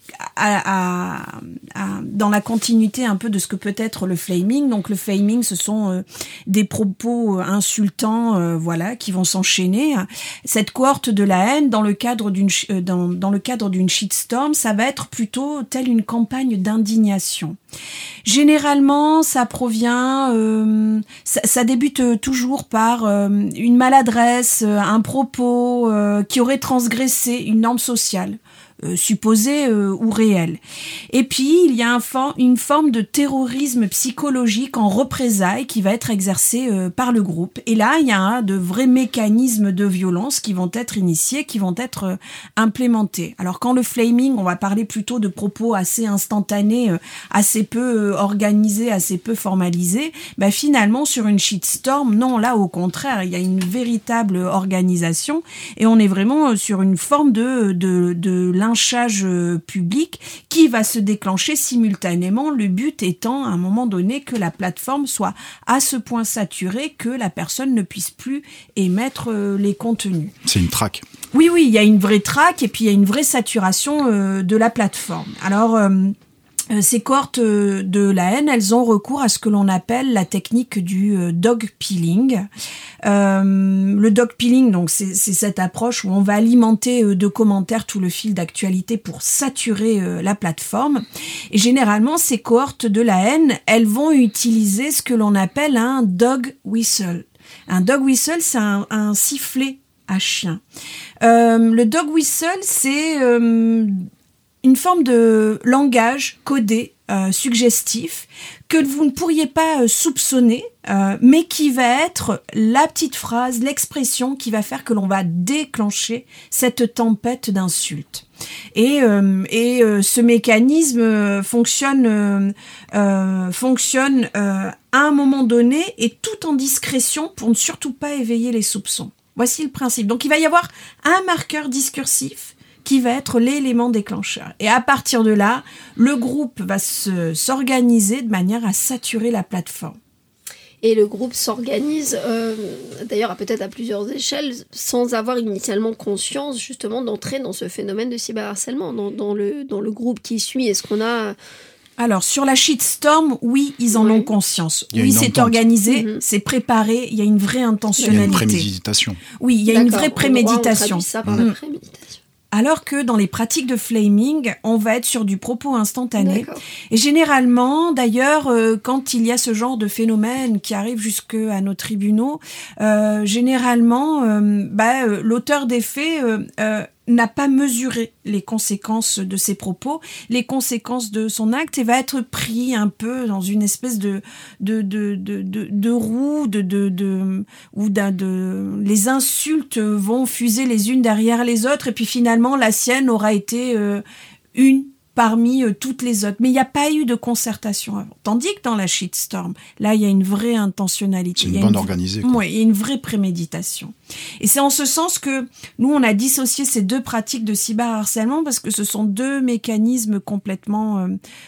dans la continuité un peu de ce que peut être le flaming. Donc le flaming, ce sont des propos insultants, qui vont s'enchaîner. Cette cohorte de la haine, dans le cadre d'une shitstorm, ça va être plutôt telle une campagne d'indignation. Généralement, ça provient, ça débute toujours par une maladresse, un propos qui aurait transgressé une norme sociale. Supposé ou réel. Et puis, il y a une forme de terrorisme psychologique en représailles qui va être exercé par le groupe. Et là, il y a de vrais mécanismes de violence qui vont être initiés, qui vont être implémentés. Alors, quand le flaming, on va parler plutôt de propos assez instantanés, assez peu organisés, assez peu formalisés, finalement, sur une shitstorm, non, là, au contraire, il y a une véritable organisation et on est vraiment sur une forme de lynchage public qui va se déclencher simultanément, le but étant à un moment donné que la plateforme soit à ce point saturée que la personne ne puisse plus émettre les contenus. C'est une traque. Oui, il y a une vraie traque et puis il y a une vraie saturation de la plateforme. Alors, ces cohortes de la haine, elles ont recours à ce que l'on appelle la technique du dogpilling. Le dogpilling, donc, c'est cette approche où on va alimenter de commentaires tout le fil d'actualité pour saturer la plateforme. Et généralement, ces cohortes de la haine, elles vont utiliser ce que l'on appelle un dog whistle. Un dog whistle, c'est un sifflet à chien. Le dog whistle, c'est une forme de langage codé, suggestif, que vous ne pourriez pas soupçonner, mais qui va être la petite phrase, l'expression qui va faire que l'on va déclencher cette tempête d'insultes. Et ce mécanisme fonctionne à un moment donné et tout en discrétion pour ne surtout pas éveiller les soupçons. Voici le principe. Donc il va y avoir un marqueur discursif qui va être l'élément déclencheur. Et à partir de là, le groupe va s'organiser de manière à saturer la plateforme. Et le groupe s'organise, d'ailleurs peut-être à plusieurs échelles, sans avoir initialement conscience justement d'entrer dans ce phénomène de cyberharcèlement dans le groupe qui suit. Est-ce qu'on a... Alors, sur la shitstorm, oui, ils en ont conscience. Oui, c'est organisé, c'est préparé, il y a une vraie intentionnalité. Il y a une préméditation. Oui, il y a une vraie préméditation. On traduit ça par la préméditation. Alors que dans les pratiques de flaming, on va être sur du propos instantané. D'accord. Et généralement, d'ailleurs, quand il y a ce genre de phénomène qui arrive jusqu'à nos tribunaux, généralement, l'auteur des faits n'a pas mesuré les conséquences de ses propos, les conséquences de son acte, et va être pris un peu dans une espèce de roue, les insultes vont fuser les unes derrière les autres, et puis finalement la sienne aura été une parmi toutes les autres. Mais il n'y a pas eu de concertation avant. Tandis que dans la shitstorm, là, il y a une vraie intentionnalité. C'est une bande organisée. Oui, il y a une vraie préméditation. Et c'est en ce sens que nous, on a dissocié ces deux pratiques de cyberharcèlement parce que ce sont deux mécanismes complètement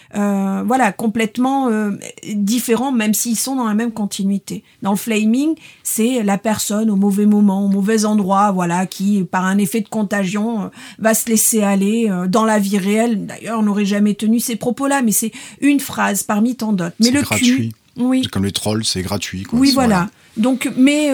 différents, même s'ils sont dans la même continuité. Dans le flaming, c'est la personne au mauvais moment, au mauvais endroit, qui, par un effet de contagion, va se laisser aller dans la vie réelle. D'ailleurs, on n'aurait jamais tenu ces propos-là, mais c'est une phrase parmi tant d'autres. Mais c'est le gratuit. Oui. Comme les trolls, c'est gratuit. Oui, voilà. Donc,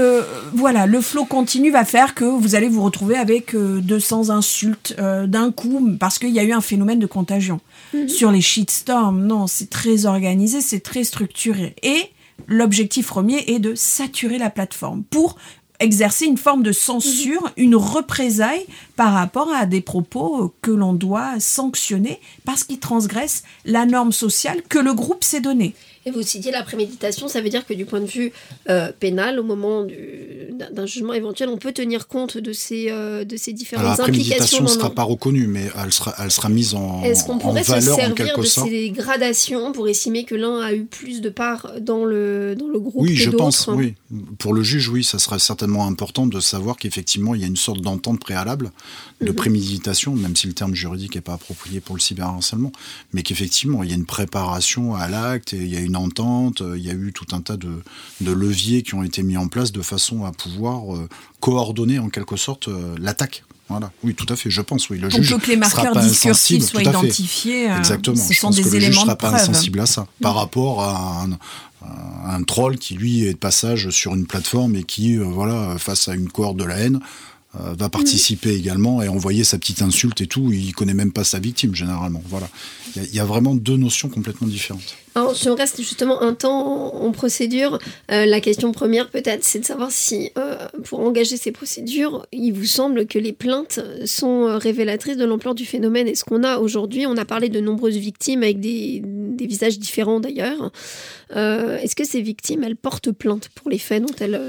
le flot continu va faire que vous allez vous retrouver avec 200 insultes d'un coup, parce qu'il y a eu un phénomène de contagion. Mm-hmm. Sur les shitstorms, non, c'est très organisé, c'est très structuré. Et l'objectif premier est de saturer la plateforme pour exercer une forme de censure, une représaille par rapport à des propos que l'on doit sanctionner parce qu'ils transgressent la norme sociale que le groupe s'est donnée. Et vous citiez la préméditation, ça veut dire que du point de vue pénal, au moment d'un jugement éventuel, on peut tenir compte de ces différentes implications. La préméditation ne sera pas reconnue, mais elle sera mise en valeur. Est-ce qu'on pourrait se servir de sorte. Ces gradations pour estimer que l'un a eu plus de part dans le groupe que d'autres ? Oui, je pense, oui. Pour le juge, oui, ça sera certainement important de savoir qu'effectivement, il y a une sorte d'entente préalable, de préméditation, même si le terme juridique n'est pas approprié pour le cyberharcèlement, mais qu'effectivement, il y a une préparation à l'acte, et il y a une entente, il y a eu tout un tas de leviers qui ont été mis en place de façon à pouvoir coordonner en quelque sorte l'attaque. Voilà. Oui, tout à fait, je pense. Oui, le juge que les marqueurs discursifs soient identifiés. Exactement. Ce sont des éléments de preuve. Le juge ne sera pas insensible à ça. Par rapport à un troll qui, lui, est de passage sur une plateforme et qui, face à une cohorte de la haine, va participer également et envoyer sa petite insulte et tout. Il connaît même pas sa victime, généralement. Voilà. Il y a vraiment deux notions complètement différentes. Alors, si on reste justement un temps en procédure, la question première peut-être, c'est de savoir si, pour engager ces procédures, il vous semble que les plaintes sont révélatrices de l'ampleur du phénomène. Est-ce qu'on a aujourd'hui, on a parlé de nombreuses victimes avec des visages différents d'ailleurs. Est-ce que ces victimes, elles portent plainte pour les faits dont elles...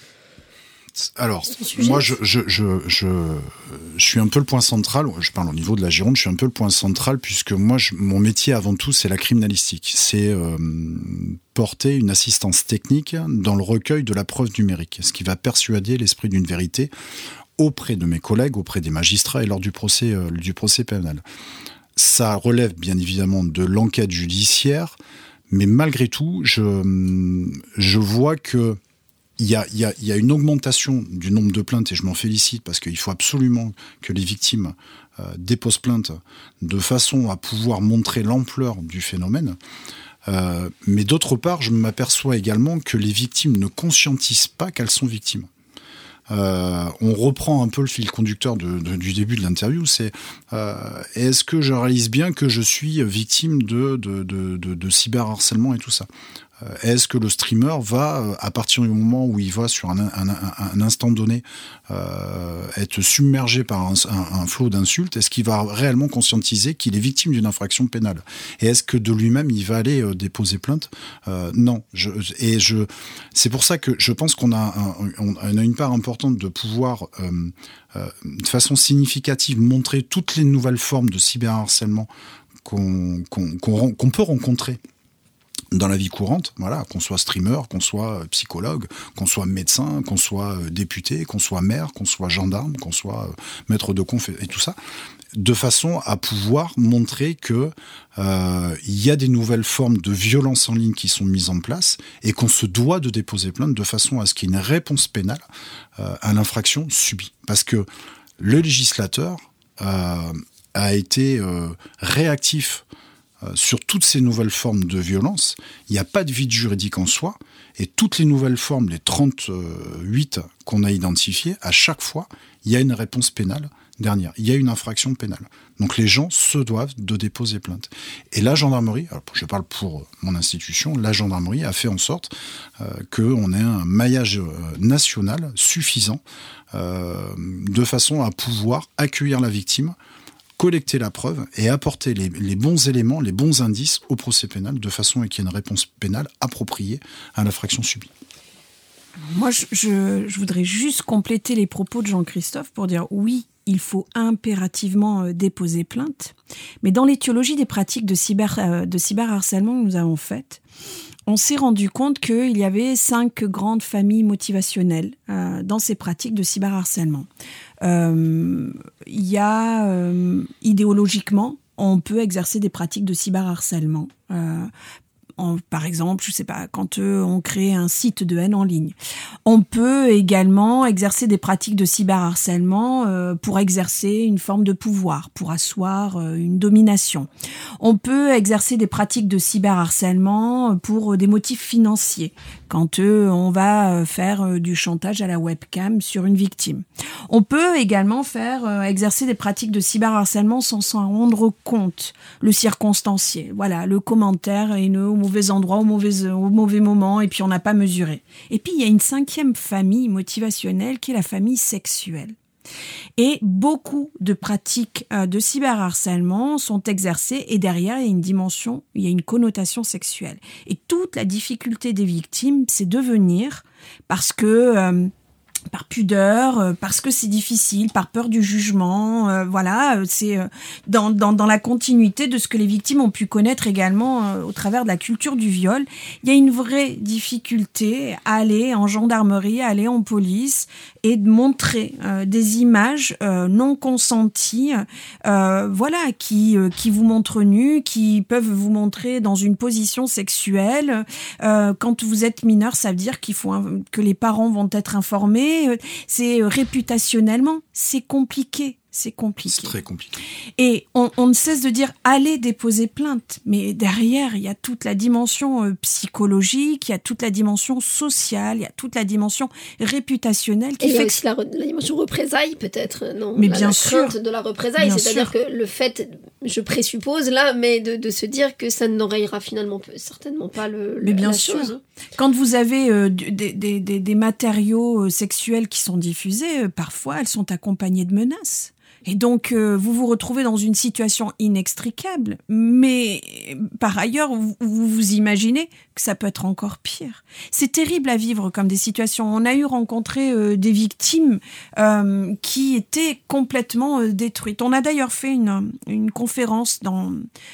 Alors, moi, je suis un peu le point central, je parle au niveau de la Gironde, je suis un peu le point central puisque moi, mon métier avant tout, c'est la criminalistique. C'est porter une assistance technique dans le recueil de la preuve numérique, ce qui va persuader l'esprit d'une vérité auprès de mes collègues, auprès des magistrats et lors du procès pénal. Ça relève bien évidemment de l'enquête judiciaire, mais malgré tout, je vois que il y a une augmentation du nombre de plaintes et je m'en félicite parce qu'il faut absolument que les victimes déposent plainte de façon à pouvoir montrer l'ampleur du phénomène. Mais d'autre part, je m'aperçois également que les victimes ne conscientisent pas qu'elles sont victimes. On reprend un peu le fil conducteur du début de l'interview, c'est est-ce que je réalise bien que je suis victime de cyberharcèlement et tout ça. Est-ce que le streamer va, à partir du moment où il va sur un instant donné, être submergé par un flot d'insultes, est-ce qu'il va réellement conscientiser qu'il est victime d'une infraction pénale? Et est-ce que de lui-même, il va aller déposer plainte? Non. C'est pour ça que je pense qu'on a une part importante de pouvoir, de façon significative, montrer toutes les nouvelles formes de cyberharcèlement qu'on peut rencontrer dans la vie courante, voilà, qu'on soit streamer, qu'on soit psychologue, qu'on soit médecin, qu'on soit député, qu'on soit maire, qu'on soit gendarme, qu'on soit maître de conf et tout ça, de façon à pouvoir montrer que il y a des nouvelles formes de violence en ligne qui sont mises en place et qu'on se doit de déposer plainte de façon à ce qu'il y ait une réponse pénale à l'infraction subie. Parce que le législateur a été réactif sur toutes ces nouvelles formes de violence. Il n'y a pas de vide juridique en soi, et toutes les nouvelles formes, les 38 qu'on a identifiées, à chaque fois, il y a une réponse pénale dernière. Il y a une infraction pénale. Donc les gens se doivent de déposer plainte. Et la gendarmerie, alors je parle pour mon institution, la gendarmerie a fait en sorte qu'on ait un maillage national suffisant de façon à pouvoir accueillir la victime, collecter la preuve et apporter les bons éléments, les bons indices au procès pénal de façon à qu'il y ait une réponse pénale appropriée à l'infraction subie. Moi, je voudrais juste compléter les propos de Jean-Christophe pour dire oui, il faut impérativement déposer plainte. Mais dans l'étiologie des pratiques de cyberharcèlement que nous avons faites, on s'est rendu compte qu'il y avait 5 grandes familles motivationnelles dans ces pratiques de cyberharcèlement. Il y a idéologiquement, on peut exercer des pratiques de cyberharcèlement. Par exemple, je sais pas, quand on crée un site de haine en ligne. On peut également exercer des pratiques de cyberharcèlement pour exercer une forme de pouvoir, pour asseoir une domination. On peut exercer des pratiques de cyberharcèlement pour des motifs financiers, quand on va faire du chantage à la webcam sur une victime. On peut également exercer des pratiques de cyberharcèlement sans s'en rendre compte, le circonstancié, voilà, le commentaire haineux au mauvais endroit, au mauvais moment, et puis on n'a pas mesuré. Et puis il y a une 5e famille motivationnelle qui est la famille sexuelle. Et beaucoup de pratiques de cyberharcèlement sont exercées et derrière il y a une connotation sexuelle. Et toute la difficulté des victimes, c'est de venir parce que par pudeur, parce que c'est difficile, par peur du jugement, voilà, c'est dans la continuité de ce que les victimes ont pu connaître également au travers de la culture du viol. Il y a une vraie difficulté à aller en gendarmerie, à aller en police et de montrer des images non consenties, voilà, qui vous montrent nus, qui peuvent vous montrer dans une position sexuelle. Quand vous êtes mineur, ça veut dire que les parents vont être informés. C'est réputationnellement, c'est compliqué. C'est très compliqué. Et on ne cesse de dire allez déposer plainte, mais derrière il y a toute la dimension psychologique, il y a toute la dimension sociale, il y a toute la dimension réputationnelle qui fait. Il y a aussi la dimension représailles peut-être, non? Mais bien sûr. La crainte de la représaille, c'est-à-dire que le fait, je présuppose là, mais de se dire que ça n'enrayera finalement certainement pas la chose. Quand vous avez des matériaux sexuels qui sont diffusés, parfois elles sont accompagnées de menaces. Et donc, vous vous retrouvez dans une situation inextricable, mais par ailleurs, vous imaginez que ça peut être encore pire. C'est terrible à vivre comme des situations. On a rencontré des victimes qui étaient complètement détruites. On a d'ailleurs fait une conférence dans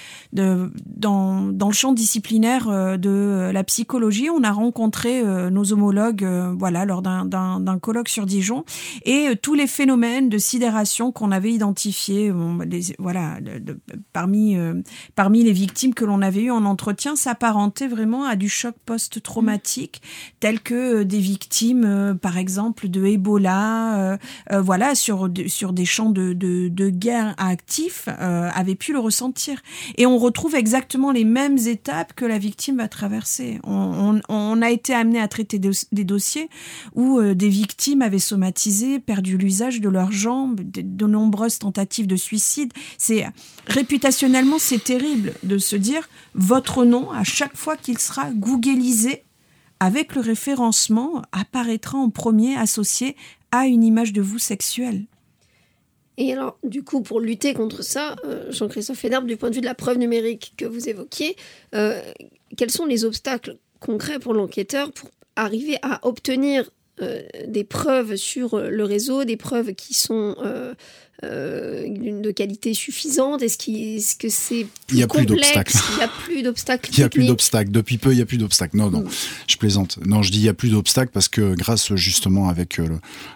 le champ disciplinaire de la psychologie. On a rencontré nos homologues lors d'un colloque sur Dijon, et tous les phénomènes de sidération qu'on avait identifiés parmi les victimes que l'on avait eues en entretien s'apparentaient vraiment à du choc post-traumatique, tel que des victimes par exemple de Ebola sur des champs de guerre actifs avaient pu le ressentir. Et on retrouve exactement les mêmes étapes que la victime va traverser. On a été amené à traiter des dossiers où des victimes avaient somatisé, perdu l'usage de leurs jambes, de nombreux nombreuses tentatives de suicide. Réputationnellement, c'est terrible de se dire votre nom, à chaque fois qu'il sera googlisé, avec le référencement, apparaîtra en premier associé à une image de vous sexuelle. Et alors, du coup, pour lutter contre ça, Jean-Christophe Fénarbe, du point de vue de la preuve numérique que vous évoquiez, quels sont les obstacles concrets pour l'enquêteur pour arriver à obtenir des preuves sur le réseau, des preuves qui sont de qualité suffisante? Est-ce que c'est plus complexe? Il n'y a plus d'obstacles. Il n'y a plus d'obstacles. Depuis peu, il n'y a plus d'obstacles. Non, je plaisante. Non, je dis il n'y a plus d'obstacles parce que grâce justement avec le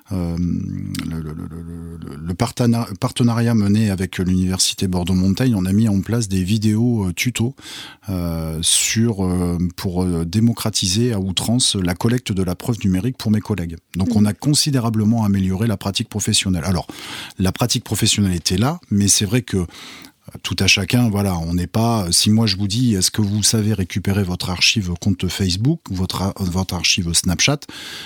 partenariat mené avec l'université Bordeaux-Montaigne, on a mis en place des vidéos tutos pour démocratiser à outrance la collecte de la preuve numérique pour mes collègues. Donc on a considérablement amélioré la pratique professionnelle. Alors, la pratique professionnelle était là, mais c'est vrai que tout à chacun, voilà, on n'est pas. Si moi je vous dis, est-ce que vous savez récupérer votre archive compte Facebook, votre archive Snapchat,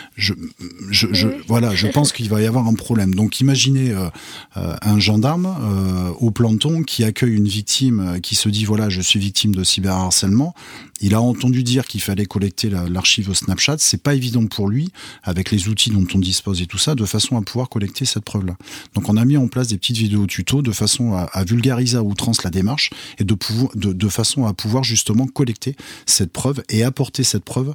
voilà, je pense qu'il va y avoir un problème. Donc imaginez un gendarme au planton qui accueille une victime qui se dit voilà, je suis victime de cyberharcèlement. Il a entendu dire qu'il fallait collecter l'archive Snapchat. C'est pas évident pour lui, avec les outils dont on dispose et tout ça, de façon à pouvoir collecter cette preuve-là. Donc on a mis en place des petites vidéos tutos de façon à vulgariser à outrance la démarche et de façon à pouvoir justement collecter cette preuve et apporter cette preuve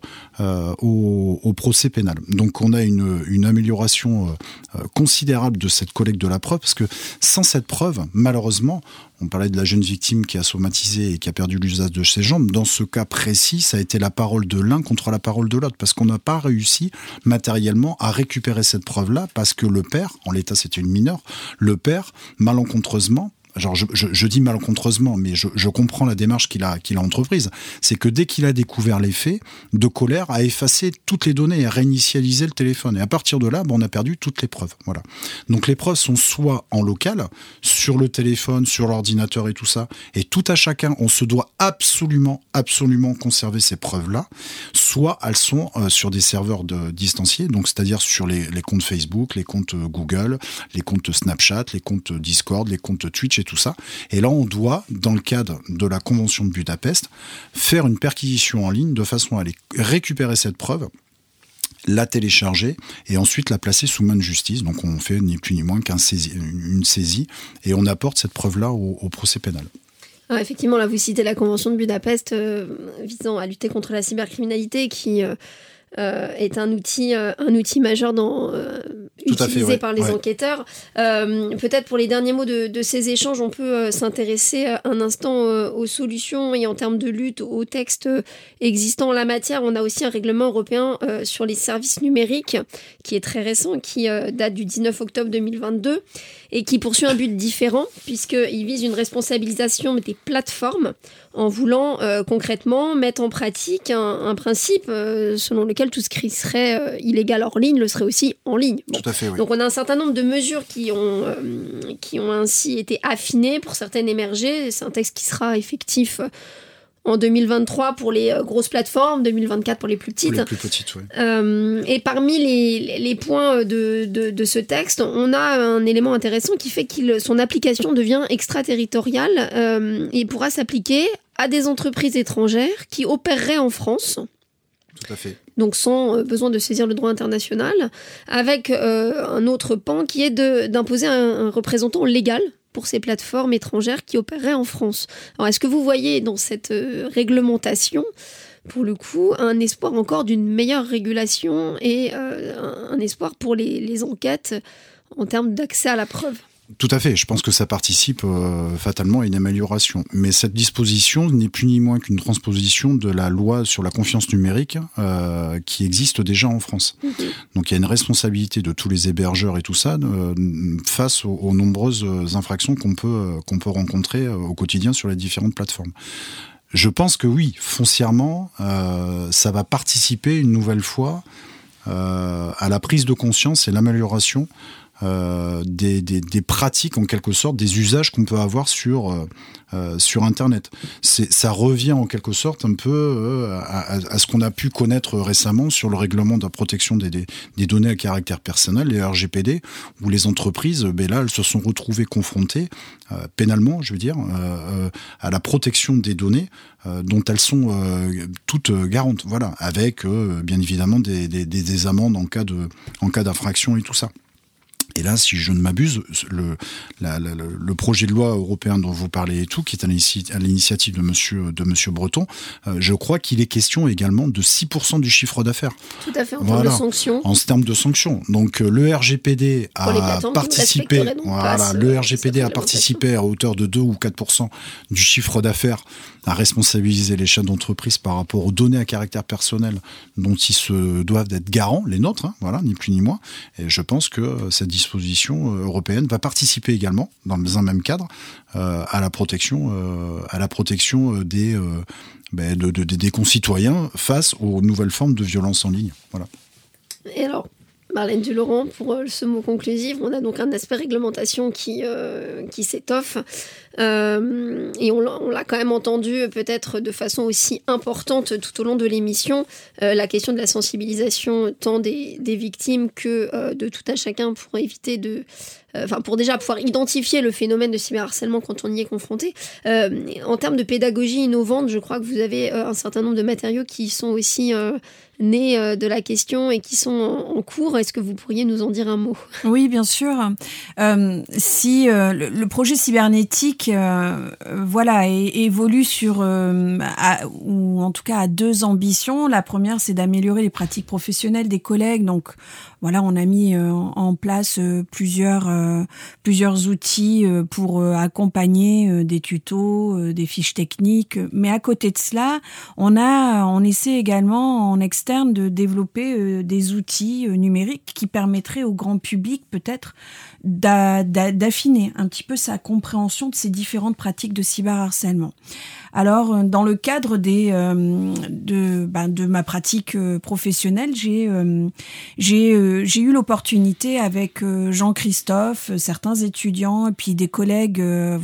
au procès pénal. Donc on a une amélioration considérable de cette collecte de la preuve, parce que sans cette preuve, malheureusement, on parlait de la jeune victime qui a somatisé et qui a perdu l'usage de ses jambes. Dans ce cas précis, ça a été la parole de l'un contre la parole de l'autre, parce qu'on n'a pas réussi matériellement à récupérer cette preuve-là, parce que le père, en l'état c'était une mineure, le père, malencontreusement, genre je dis malencontreusement, mais je comprends la démarche qu'il a entreprise. C'est que dès qu'il a découvert les faits, de colère, a effacé toutes les données et a réinitialisé le téléphone. Et à partir de là, on a perdu toutes les preuves. Voilà. Donc les preuves sont soit en local, sur le téléphone, sur l'ordinateur et tout ça. Et tout à chacun, on se doit absolument conserver ces preuves-là. Soit elles sont sur des serveurs distanciés, donc c'est-à-dire sur les comptes Facebook, les comptes Google, les comptes Snapchat, les comptes Discord, les comptes Twitch et tout ça. Et là, on doit, dans le cadre de la Convention de Budapest, faire une perquisition en ligne de façon à aller récupérer cette preuve, la télécharger et ensuite la placer sous main de justice. Donc on fait ni plus ni moins une saisie et on apporte cette preuve-là au procès pénal. Alors effectivement, là vous citez la Convention de Budapest visant à lutter contre la cybercriminalité qui est un outil majeur utilisé par les enquêteurs. Peut-être pour les derniers mots de ces échanges, on peut s'intéresser un instant aux solutions et en termes de lutte aux textes existants en la matière. On a aussi un règlement européen sur les services numériques qui est très récent, qui date du 19 octobre 2022 et qui poursuit un but différent puisqu'il vise une responsabilisation des plateformes en voulant concrètement mettre en pratique un principe selon lequel tout ce qui serait illégal hors ligne le serait aussi en ligne. Bon. Tout à fait, oui. Donc on a un certain nombre de mesures qui ont ainsi été affinées, pour certaines émergées. C'est un texte qui sera effectif en 2023 pour les grosses plateformes, 2024 pour les plus petites. Pour les plus petites, oui. Et parmi les points de ce texte, on a un élément intéressant qui fait que son application devient extraterritoriale et pourra s'appliquer à des entreprises étrangères qui opéreraient en France. Tout à fait. Donc sans besoin de saisir le droit international, avec un autre pan qui est d'imposer un représentant légal pour ces plateformes étrangères qui opéreraient en France. Alors est-ce que vous voyez dans cette réglementation, pour le coup, un espoir encore d'une meilleure régulation et un espoir pour les enquêtes en termes d'accès à la preuve ? Tout à fait, je pense que ça participe fatalement à une amélioration. Mais cette disposition n'est plus ni moins qu'une transposition de la loi sur la confiance numérique qui existe déjà en France. Mmh. Donc il y a une responsabilité de tous les hébergeurs et tout ça face aux nombreuses infractions qu'on peut rencontrer au quotidien sur les différentes plateformes. Je pense que oui, foncièrement, ça va participer une nouvelle fois à la prise de conscience et l'amélioration des pratiques, en quelque sorte, des usages qu'on peut avoir sur Internet. Ça revient en quelque sorte un peu à ce qu'on a pu connaître récemment sur le règlement de la protection des données à caractère personnel, les RGPD, où les entreprises, là, elles se sont retrouvées confrontées pénalement, je veux dire, à la protection des données dont elles sont toutes garantes, voilà, avec bien évidemment des amendes en cas d'infraction et tout ça. Et là, si je ne m'abuse, le projet de loi européen dont vous parlez et tout, qui est à l'initiative de Monsieur Breton, je crois qu'il est question également de 6% du chiffre d'affaires. Tout à fait, en termes de sanctions. En termes de sanctions. Donc le RGPD a participé, le RGPD a participé à hauteur de 2 ou 4% du chiffre d'affaires à responsabiliser les chefs d'entreprise par rapport aux données à caractère personnel dont ils se doivent être garants, les nôtres, voilà, ni plus ni moins. Et je pense que cette disposition européenne va participer également, dans un même cadre, à la protection des concitoyens face aux nouvelles formes de violence en ligne. Voilà. Et alors, Marlène Dulaurent, pour ce mot conclusif, on a donc un aspect réglementation qui s'étoffe. Et on l'a quand même entendu peut-être de façon aussi importante tout au long de l'émission, la question de la sensibilisation tant des victimes que de tout un chacun pour éviter pour déjà pouvoir identifier le phénomène de cyberharcèlement quand on y est confronté. En termes de pédagogie innovante, je crois que vous avez un certain nombre de matériaux qui sont aussi nés de la question et qui sont en cours. Est-ce que vous pourriez nous en dire un mot ? Oui, bien sûr. Si le projet cybernétique évolue sur ou en tout cas a deux ambitions. La première, c'est d'améliorer les pratiques professionnelles des collègues. Donc voilà, on a mis en place plusieurs outils pour accompagner des tutos, des fiches techniques. Mais à côté de cela, on essaie également en externe de développer des outils numériques qui permettraient au grand public peut-être d'affiner un petit peu sa compréhension de ces différentes pratiques de cyberharcèlement. Alors, dans le cadre de ma pratique professionnelle, j'ai eu l'opportunité avec Jean-Christophe, certains étudiants et puis des collègues,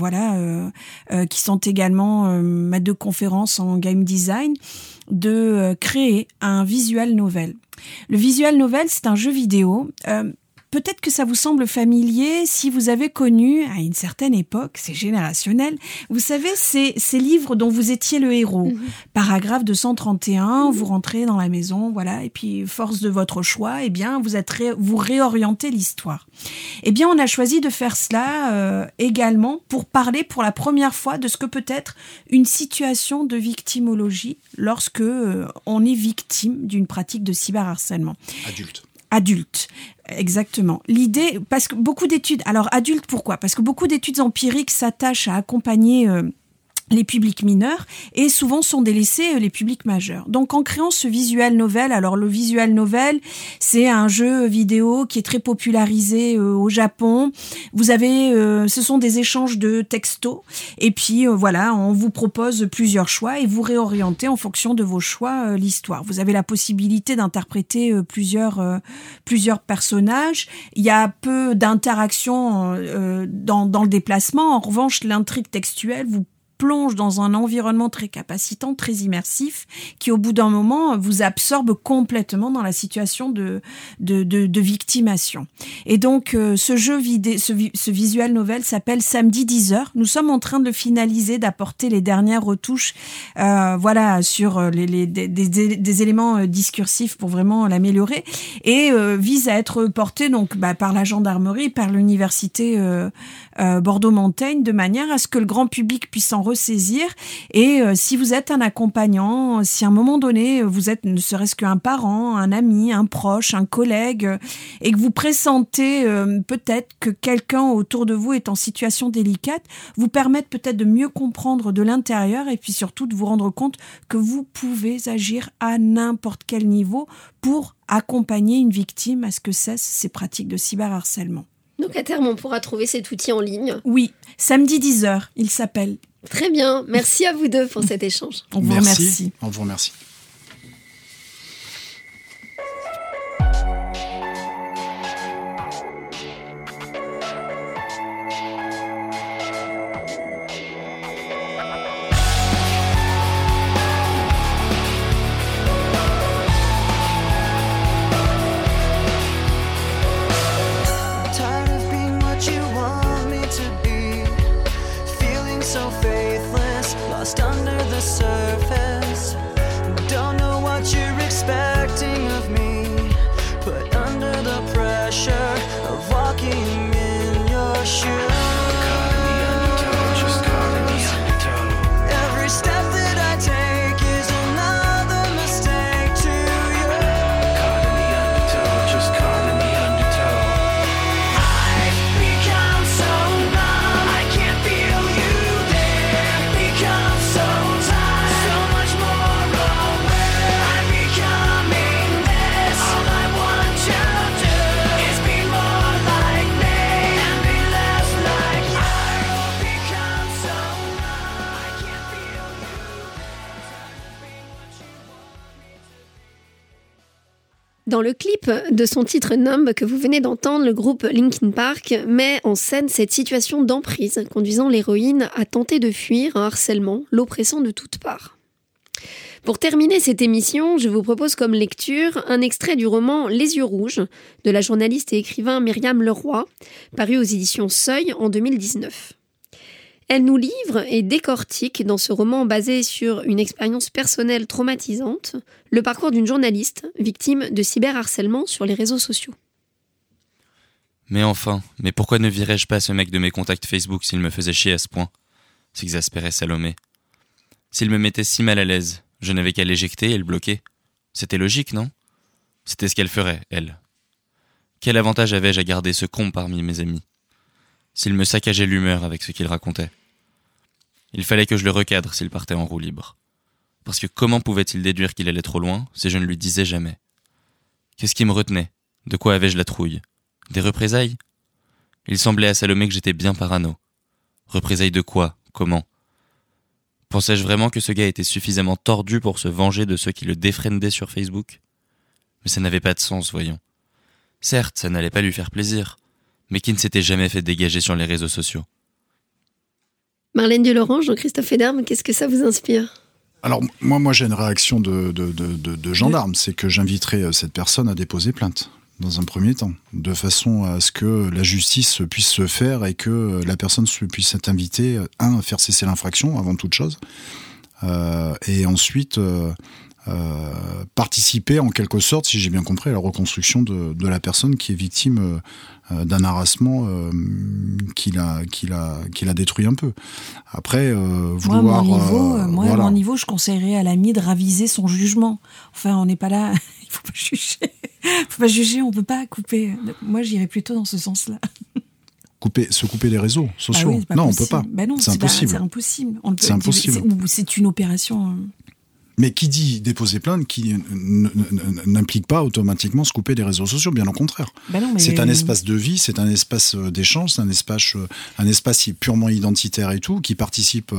qui sont également maîtres de conférences en game design, de créer un visual novel. Le visual novel, c'est un jeu vidéo. Peut-être que ça vous semble familier si vous avez connu, à une certaine époque, c'est générationnel, vous savez, ces livres dont vous étiez le héros. Paragraphe 231, vous rentrez dans la maison, voilà, et puis force de votre choix, eh bien, vous réorientez l'histoire. Eh bien, on a choisi de faire cela également pour parler pour la première fois de ce que peut être une situation de victimologie lorsque on est victime d'une pratique de cyberharcèlement. Adulte, exactement. L'idée, parce que beaucoup d'études... Alors, adulte, pourquoi ? Parce que beaucoup d'études empiriques s'attachent à accompagner les publics mineurs et souvent sont délaissés les publics majeurs. Donc, en créant ce visual novel, alors le visual novel, c'est un jeu vidéo qui est très popularisé au Japon. Vous avez, ce sont des échanges de textos et puis on vous propose plusieurs choix et vous réorientez en fonction de vos choix l'histoire. Vous avez la possibilité d'interpréter plusieurs personnages. Il y a peu d'interaction dans le déplacement. En revanche, l'intrigue textuelle vous plonge dans un environnement très capacitant, très immersif, qui au bout d'un moment vous absorbe complètement dans la situation de victimation. Et donc ce jeu vidéo, ce visual novel s'appelle Samedi 10h. Nous sommes en train de finaliser, d'apporter les dernières retouches, sur des éléments discursifs pour vraiment l'améliorer, et vise à être porté donc par la gendarmerie, par l'université Bordeaux-Montaigne, de manière à ce que le grand public puisse en ressaisir. Et si vous êtes un accompagnant, si à un moment donné vous êtes ne serait-ce qu'un parent, un ami, un proche, un collègue, et que vous pressentez peut-être que quelqu'un autour de vous est en situation délicate, vous permettre peut-être de mieux comprendre de l'intérieur et puis surtout de vous rendre compte que vous pouvez agir à n'importe quel niveau pour accompagner une victime à ce que cessent ces pratiques de cyberharcèlement. Donc à terme, on pourra trouver cet outil en ligne. Oui, Samedi 10h, il s'appelle. Très bien, merci à vous deux pour cet échange. On vous remercie. On vous remercie. Dans le clip de son titre Numb que vous venez d'entendre, le groupe Linkin Park met en scène cette situation d'emprise, conduisant l'héroïne à tenter de fuir un harcèlement, l'oppressant de toutes parts. Pour terminer cette émission, je vous propose comme lecture un extrait du roman Les yeux rouges de la journaliste et écrivain Myriam Leroy, paru aux éditions Seuil en 2019. Elle nous livre et décortique dans ce roman basé sur une expérience personnelle traumatisante, le parcours d'une journaliste victime de cyberharcèlement sur les réseaux sociaux. Mais enfin, pourquoi ne virais-je pas ce mec de mes contacts Facebook s'il me faisait chier à ce point ? S'exaspérait Salomé. S'il me mettait si mal à l'aise, je n'avais qu'à l'éjecter et le bloquer. C'était logique, non ? C'était ce qu'elle ferait, elle. Quel avantage avais-je à garder ce con parmi mes amis ? S'il me saccageait l'humeur avec ce qu'il racontait. Il fallait que je le recadre s'il partait en roue libre. Parce que comment pouvait-il déduire qu'il allait trop loin si je ne lui disais jamais ? Qu'est-ce qui me retenait ? De quoi avais-je la trouille ? Des représailles ? Il semblait à Salomé que j'étais bien parano. Représailles de quoi ? Comment ? Pensais-je vraiment que ce gars était suffisamment tordu pour se venger de ceux qui le défriendaient sur Facebook ? Mais ça n'avait pas de sens, voyons. Certes, ça n'allait pas lui faire plaisir, mais qui ne s'était jamais fait dégager sur les réseaux sociaux. Marlène Dulaurent, Jean-Christophe Federbe, qu'est-ce que ça vous inspire ? Alors, moi j'ai une réaction de gendarme, c'est que j'inviterai cette personne à déposer plainte, dans un premier temps, de façon à ce que la justice puisse se faire et que la personne puisse être invitée, à faire cesser l'infraction, avant toute chose, et ensuite participer en quelque sorte, si j'ai bien compris, à la reconstruction de la personne qui est victime d'un harassement qui l'a détruit un peu. Après, vouloir... À mon niveau, je conseillerais à l'ami de raviser son jugement. Enfin, on n'est pas là... Il faut pas juger. Faut pas juger, on peut pas couper. Moi, j'irais plutôt dans ce sens-là. Se couper des réseaux sociaux. Oui, non, on peut pas. Non, c'est impossible. C'est impossible. C'est impossible. C'est une opération... Mais qui dit déposer plainte, qui n'implique pas automatiquement se couper des réseaux sociaux, bien au contraire. C'est un espace de vie, c'est un espace d'échange, c'est un espace purement identitaire et tout, qui participe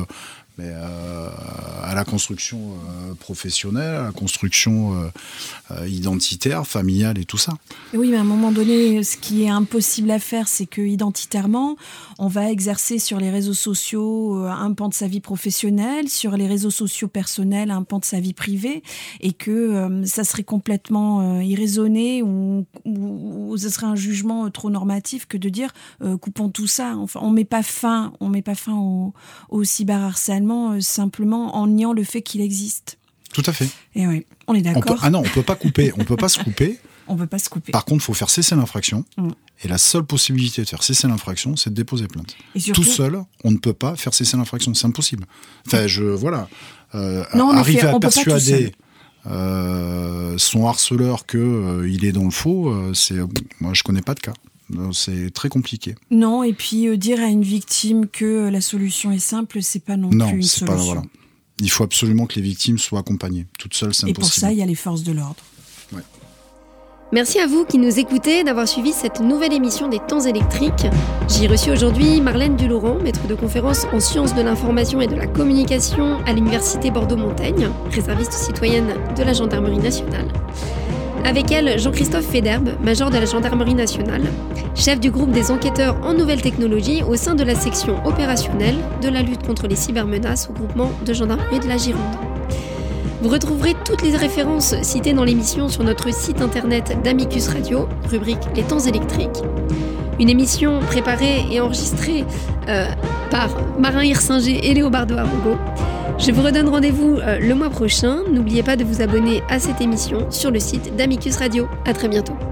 à la construction professionnelle, à la construction identitaire, familiale et tout ça. Oui, mais à un moment donné, ce qui est impossible à faire, c'est que identitairement, on va exercer sur les réseaux sociaux un pan de sa vie professionnelle, sur les réseaux sociaux personnels un pan de sa vie privée, et que ça serait complètement irraisonné ou ce serait un jugement trop normatif que de dire coupons tout ça. Enfin, on met pas fin au cyberharcèlement simplement en niant le fait qu'il existe. Tout à fait. Et oui, on est d'accord. On peut pas couper, on peut pas se couper. On peut pas se couper. Par contre, il faut faire cesser l'infraction. Et la seule possibilité de faire cesser l'infraction, c'est de déposer plainte. Et surtout, tout seul, on ne peut pas faire cesser l'infraction. C'est impossible. Enfin, arriver à persuader son harceleur qu'il est dans le faux, moi, je connais pas de cas. C'est très compliqué. Non, et puis dire à une victime que la solution est simple, c'est pas non plus une solution. Pas, voilà. Il faut absolument que les victimes soient accompagnées. Toutes seules, c'est impossible. Et pour ça, il y a les forces de l'ordre. Ouais. Merci à vous qui nous écoutez d'avoir suivi cette nouvelle émission des Temps électriques. J'ai reçu aujourd'hui Marlène Dulaurent, maître de conférences en sciences de l'information et de la communication à l'université Bordeaux-Montaigne, réserviste citoyenne de la Gendarmerie nationale. Avec elle, Jean-Christophe Federbe, major de la Gendarmerie nationale, chef du groupe des enquêteurs en nouvelles technologies au sein de la section opérationnelle de la lutte contre les cybermenaces au groupement de gendarmerie de la Gironde. Vous retrouverez toutes les références citées dans l'émission sur notre site internet d'Amicus Radio, rubrique Les Temps électriques. Une émission préparée et enregistrée par Marin Hirsinger et Léobardo Arango. Je vous redonne rendez-vous le mois prochain. N'oubliez pas de vous abonner à cette émission sur le site d'Amicus Radio. À très bientôt.